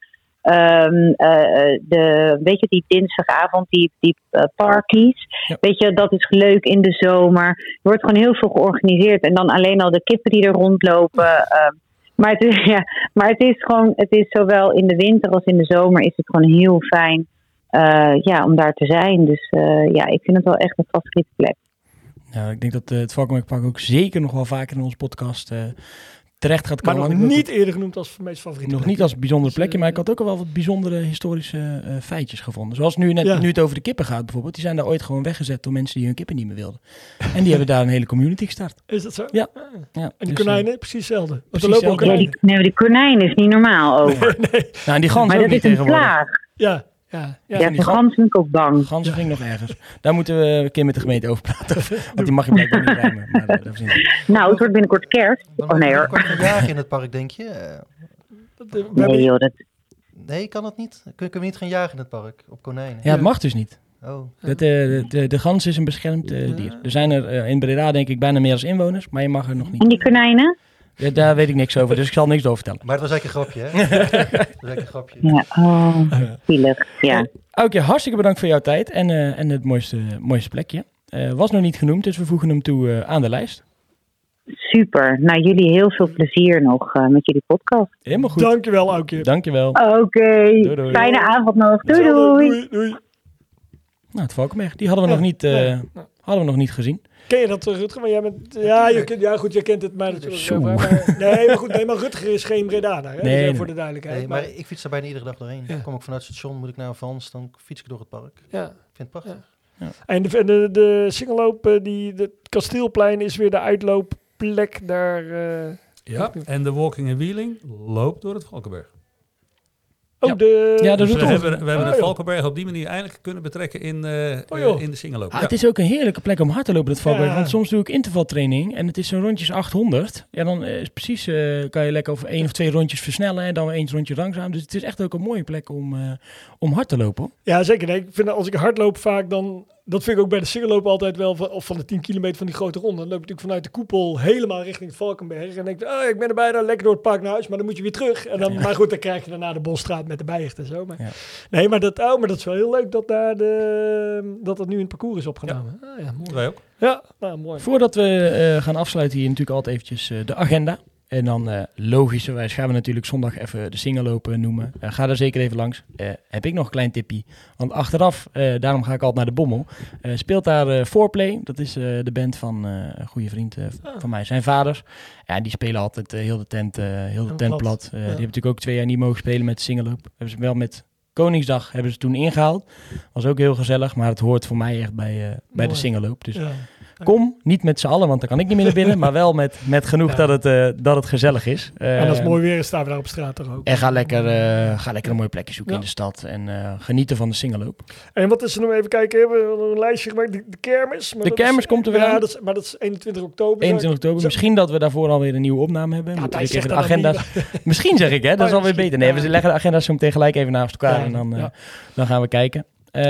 Speaker 7: Weet je, die dinsdagavond, die parkies. Ja. Weet je, dat is leuk in de zomer. Er wordt gewoon heel veel georganiseerd. En dan alleen al de kippen die er rondlopen. Maar het is zowel in de winter als in de zomer is het gewoon heel fijn om daar te zijn. Dus ik vind het wel echt een favoriete plek.
Speaker 2: Ja, ik denk dat het Valkenbergpark ook zeker nog wel vaker in onze podcast terecht gaat komen.
Speaker 3: Maar nog niet eerder genoemd als meest favoriete
Speaker 2: nog
Speaker 3: plek.
Speaker 2: Niet als bijzondere plekje, maar ik had ook al wel wat bijzondere historische feitjes gevonden. Zoals nu het over de kippen gaat bijvoorbeeld. Die zijn daar ooit gewoon weggezet door mensen die hun kippen niet meer wilden. En die hebben daar een hele community gestart.
Speaker 3: Is dat zo?
Speaker 2: Ja.
Speaker 3: En die konijnen, precies hetzelfde.
Speaker 7: Die konijn is niet normaal over.
Speaker 3: Nee.
Speaker 2: Nou, en die gans
Speaker 7: maar
Speaker 2: ook
Speaker 7: dat
Speaker 2: niet
Speaker 7: is een
Speaker 2: tegenwoordig.
Speaker 7: plaag.
Speaker 3: Ja,
Speaker 7: voor ganzen ben ik ook bang.
Speaker 2: Ganzen vind ik nog erger. Daar moeten we een keer met de gemeente over praten. Want die mag je blijkbaar niet rijmen. Maar,
Speaker 7: nou, het wordt binnenkort kerst. Nee hoor.
Speaker 4: Kan je jagen in het park, denk je?
Speaker 7: Nee joh,
Speaker 4: Nee, kan dat niet? Kunnen we niet gaan jagen in het park op konijnen?
Speaker 2: Ja, het mag dus niet.
Speaker 4: Oh.
Speaker 2: De gans is een beschermd dier. Er zijn er in Breda denk ik bijna meer als inwoners, maar je mag er nog niet.
Speaker 7: En die konijnen?
Speaker 2: Ja, daar weet ik niks over, dus ik zal niks over vertellen.
Speaker 4: Maar het was eigenlijk een grapje, hè? Dat was eigenlijk een grapje.
Speaker 7: Ja, zielig. Ja.
Speaker 2: Oké, hartstikke bedankt voor jouw tijd en het mooiste plekje. Was nog niet genoemd, dus we voegen hem toe aan de lijst.
Speaker 7: Super. Nou, jullie heel veel plezier nog met jullie podcast.
Speaker 2: Helemaal goed.
Speaker 3: Dankjewel, Aukje.
Speaker 2: Dankjewel.
Speaker 7: Oké. Fijne avond nog. Doei.
Speaker 2: Nou, het Valkenberg, die hadden we nog niet gezien.
Speaker 3: Ken je dat, Rutger? Maar jij bent... jij kent het mij natuurlijk. Maar Rutger is geen Bredaner, hè?
Speaker 2: Nee,
Speaker 3: voor de duidelijkheid.
Speaker 4: Nee, maar ik fiets daar bijna iedere dag doorheen. Dan kom ik vanuit het station, moet ik naar een Vans, dan fiets ik door het park.
Speaker 3: Ja.
Speaker 4: Ik vind het prachtig.
Speaker 3: Ja. En de singelloop, het Kasteelplein is weer de uitloopplek daar.
Speaker 5: En de walking en wheeling loopt door het Valkenberg.
Speaker 2: Dat
Speaker 5: dus
Speaker 2: doet
Speaker 5: we hebben het Valkenberg op die manier eigenlijk kunnen betrekken in de singelloop.
Speaker 2: Het is ook een heerlijke plek om hard te lopen, dat Valkenberg. Want soms doe ik intervaltraining en het is zo'n rondjes 800. Ja, dan is precies, kan je lekker over 1 of 2 rondjes versnellen en dan 1 rondje langzaam. Dus het is echt ook een mooie plek om hard te lopen.
Speaker 3: Ja, zeker. Nee, ik vind als ik hard loop vaak dan... Dat vind ik ook bij de singelloop altijd wel, of van de 10 kilometer van die grote ronde. Dan loop je natuurlijk vanuit de koepel helemaal richting het Valkenberg. En dan denk ik, ik ben er bijna lekker door het park naar huis, maar dan moet je weer terug. En dan, Maar goed, dan krijg je daarna de Bosstraat met de Bijert en zo. Maar, nee, maar dat is wel heel leuk dat dat nu in het parcours is opgenomen.
Speaker 5: Ja, mooi. Wij ook.
Speaker 3: Ja, nou, mooi.
Speaker 2: Voordat we gaan afsluiten hier natuurlijk altijd eventjes de agenda. En dan logischerwijs gaan we natuurlijk zondag even de singellopen noemen. Ga daar zeker even langs. Heb ik nog een klein tipje. Want achteraf, daarom ga ik altijd naar de Bommel. Speelt daar Foreplay. Dat is de band van een goede vriend van mij. Zijn vaders. Ja, die spelen altijd heel de tent plat. Die hebben natuurlijk ook 2 jaar niet mogen spelen met de singelloop. Hebben ze wel met Koningsdag hebben ze toen ingehaald. Was ook heel gezellig. Maar het hoort voor mij echt bij de singelloop. Dus... Ja. Kom, niet met z'n allen, want dan kan ik niet meer naar binnen. Maar wel met genoeg dat het gezellig is.
Speaker 3: En als het mooi weer is, staan we daar op straat toch ook.
Speaker 2: En ga lekker een mooi plekje zoeken in de stad. En genieten van de singelloop.
Speaker 3: En wat is er nog even kijken? Hebben we een lijstje gemaakt? De kermis. Maar
Speaker 2: de kermis komt er weer aan.
Speaker 3: Maar dat is 21 oktober.
Speaker 2: 21 oktober. Misschien dat we daarvoor alweer een nieuwe opname hebben. Ja, ik even de agenda's. Misschien zeg ik, hè. Dat is alweer beter. Nee, we leggen de agenda's zo meteen gelijk even naast elkaar. En dan gaan we kijken.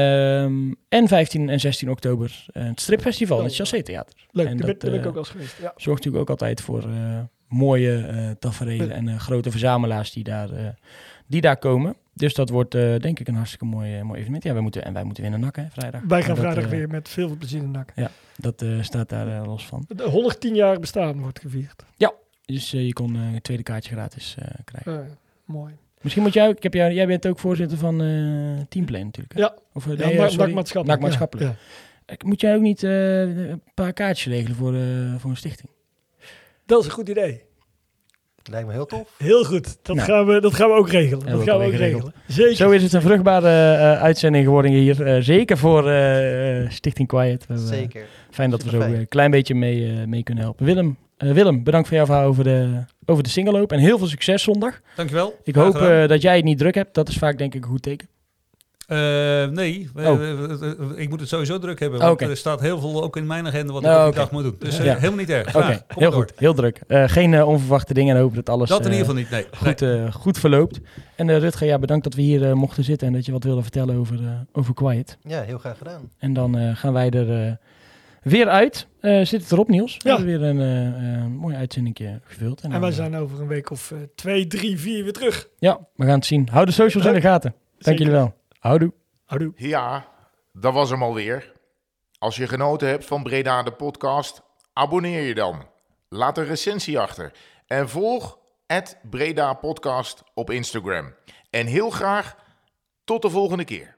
Speaker 2: En 15 en 16 oktober het stripfestival in het Chassé Theater.
Speaker 3: Leuk, daar ben ik ook al eens geweest. Ja.
Speaker 2: Zorgt natuurlijk ook altijd voor mooie tafereelen en grote verzamelaars die daar komen. Dus dat wordt denk ik een hartstikke mooi evenement. Ja, wij moeten weer naar NAC, hè, vrijdag.
Speaker 3: Wij gaan vrijdag weer met veel plezier naar NAC.
Speaker 2: Ja, dat staat daar los van.
Speaker 3: De 110 jaar bestaan wordt gevierd.
Speaker 2: Ja, dus je kon een tweede kaartje gratis krijgen.
Speaker 3: Mooi.
Speaker 2: Misschien moet jij bent ook voorzitter van Teamplay natuurlijk. Hè?
Speaker 3: Ja,
Speaker 2: of
Speaker 3: NAC
Speaker 2: Maatschappelijk. Ja. Moet jij ook niet een paar kaartjes regelen voor een stichting?
Speaker 3: Dat is een goed idee.
Speaker 4: Lijkt me heel tof.
Speaker 3: Heel goed. Dat,
Speaker 2: Nou.
Speaker 3: gaan we ook regelen.
Speaker 2: Hebben
Speaker 3: Dat
Speaker 2: we
Speaker 3: gaan we
Speaker 2: ook
Speaker 3: ook
Speaker 2: geregeld.
Speaker 3: regelen. Zeker.
Speaker 2: Zo is het een vruchtbare uitzending geworden hier. Zeker voor Stichting Quiet.
Speaker 4: Zeker.
Speaker 2: Fijn dat we zo
Speaker 4: Superfijn.
Speaker 2: een klein beetje mee kunnen helpen. Willem, bedankt voor jouw verhaal over de singelloop. En heel veel succes zondag.
Speaker 5: Dankjewel.
Speaker 2: Ik
Speaker 5: Graag
Speaker 2: hoop
Speaker 5: gedaan.
Speaker 2: dat jij het niet druk hebt. Dat is vaak denk ik een goed teken.
Speaker 5: Nee, ik moet het sowieso druk hebben.
Speaker 2: Oh,
Speaker 5: Want
Speaker 2: oké.
Speaker 5: er staat heel veel ook in mijn agenda wat ik
Speaker 2: Oh,
Speaker 5: op die
Speaker 2: oké.
Speaker 5: dag moet doen. Dus
Speaker 2: Ja.
Speaker 5: helemaal niet erg.
Speaker 2: Oké,
Speaker 5: Graag. Kom
Speaker 2: heel
Speaker 5: door.
Speaker 2: goed. Heel druk. Geen onverwachte dingen en hopen dat alles
Speaker 5: Dat in ieder geval niet, nee.
Speaker 2: goed verloopt. En Rutger, ja, bedankt dat we hier mochten zitten en dat je wat wilde vertellen over Quiet.
Speaker 4: Ja, heel graag gedaan.
Speaker 2: En dan gaan wij er weer uit. Zit het erop, Niels? We
Speaker 3: Ja.
Speaker 2: hebben weer een mooie uitzending gevuld.
Speaker 3: En
Speaker 2: dan,
Speaker 3: wij zijn over een week of 2, 3, 4 weer terug.
Speaker 2: Ja, we gaan het zien. Hou de socials in de gaten. Dank
Speaker 3: Zeker.
Speaker 2: jullie wel. Houdoe.
Speaker 3: Houdoe.
Speaker 1: Ja, dat was hem alweer. Als je genoten hebt van Breda de podcast, abonneer je dan. Laat een recensie achter. En volg @Breda Podcast op Instagram. En heel graag tot de volgende keer.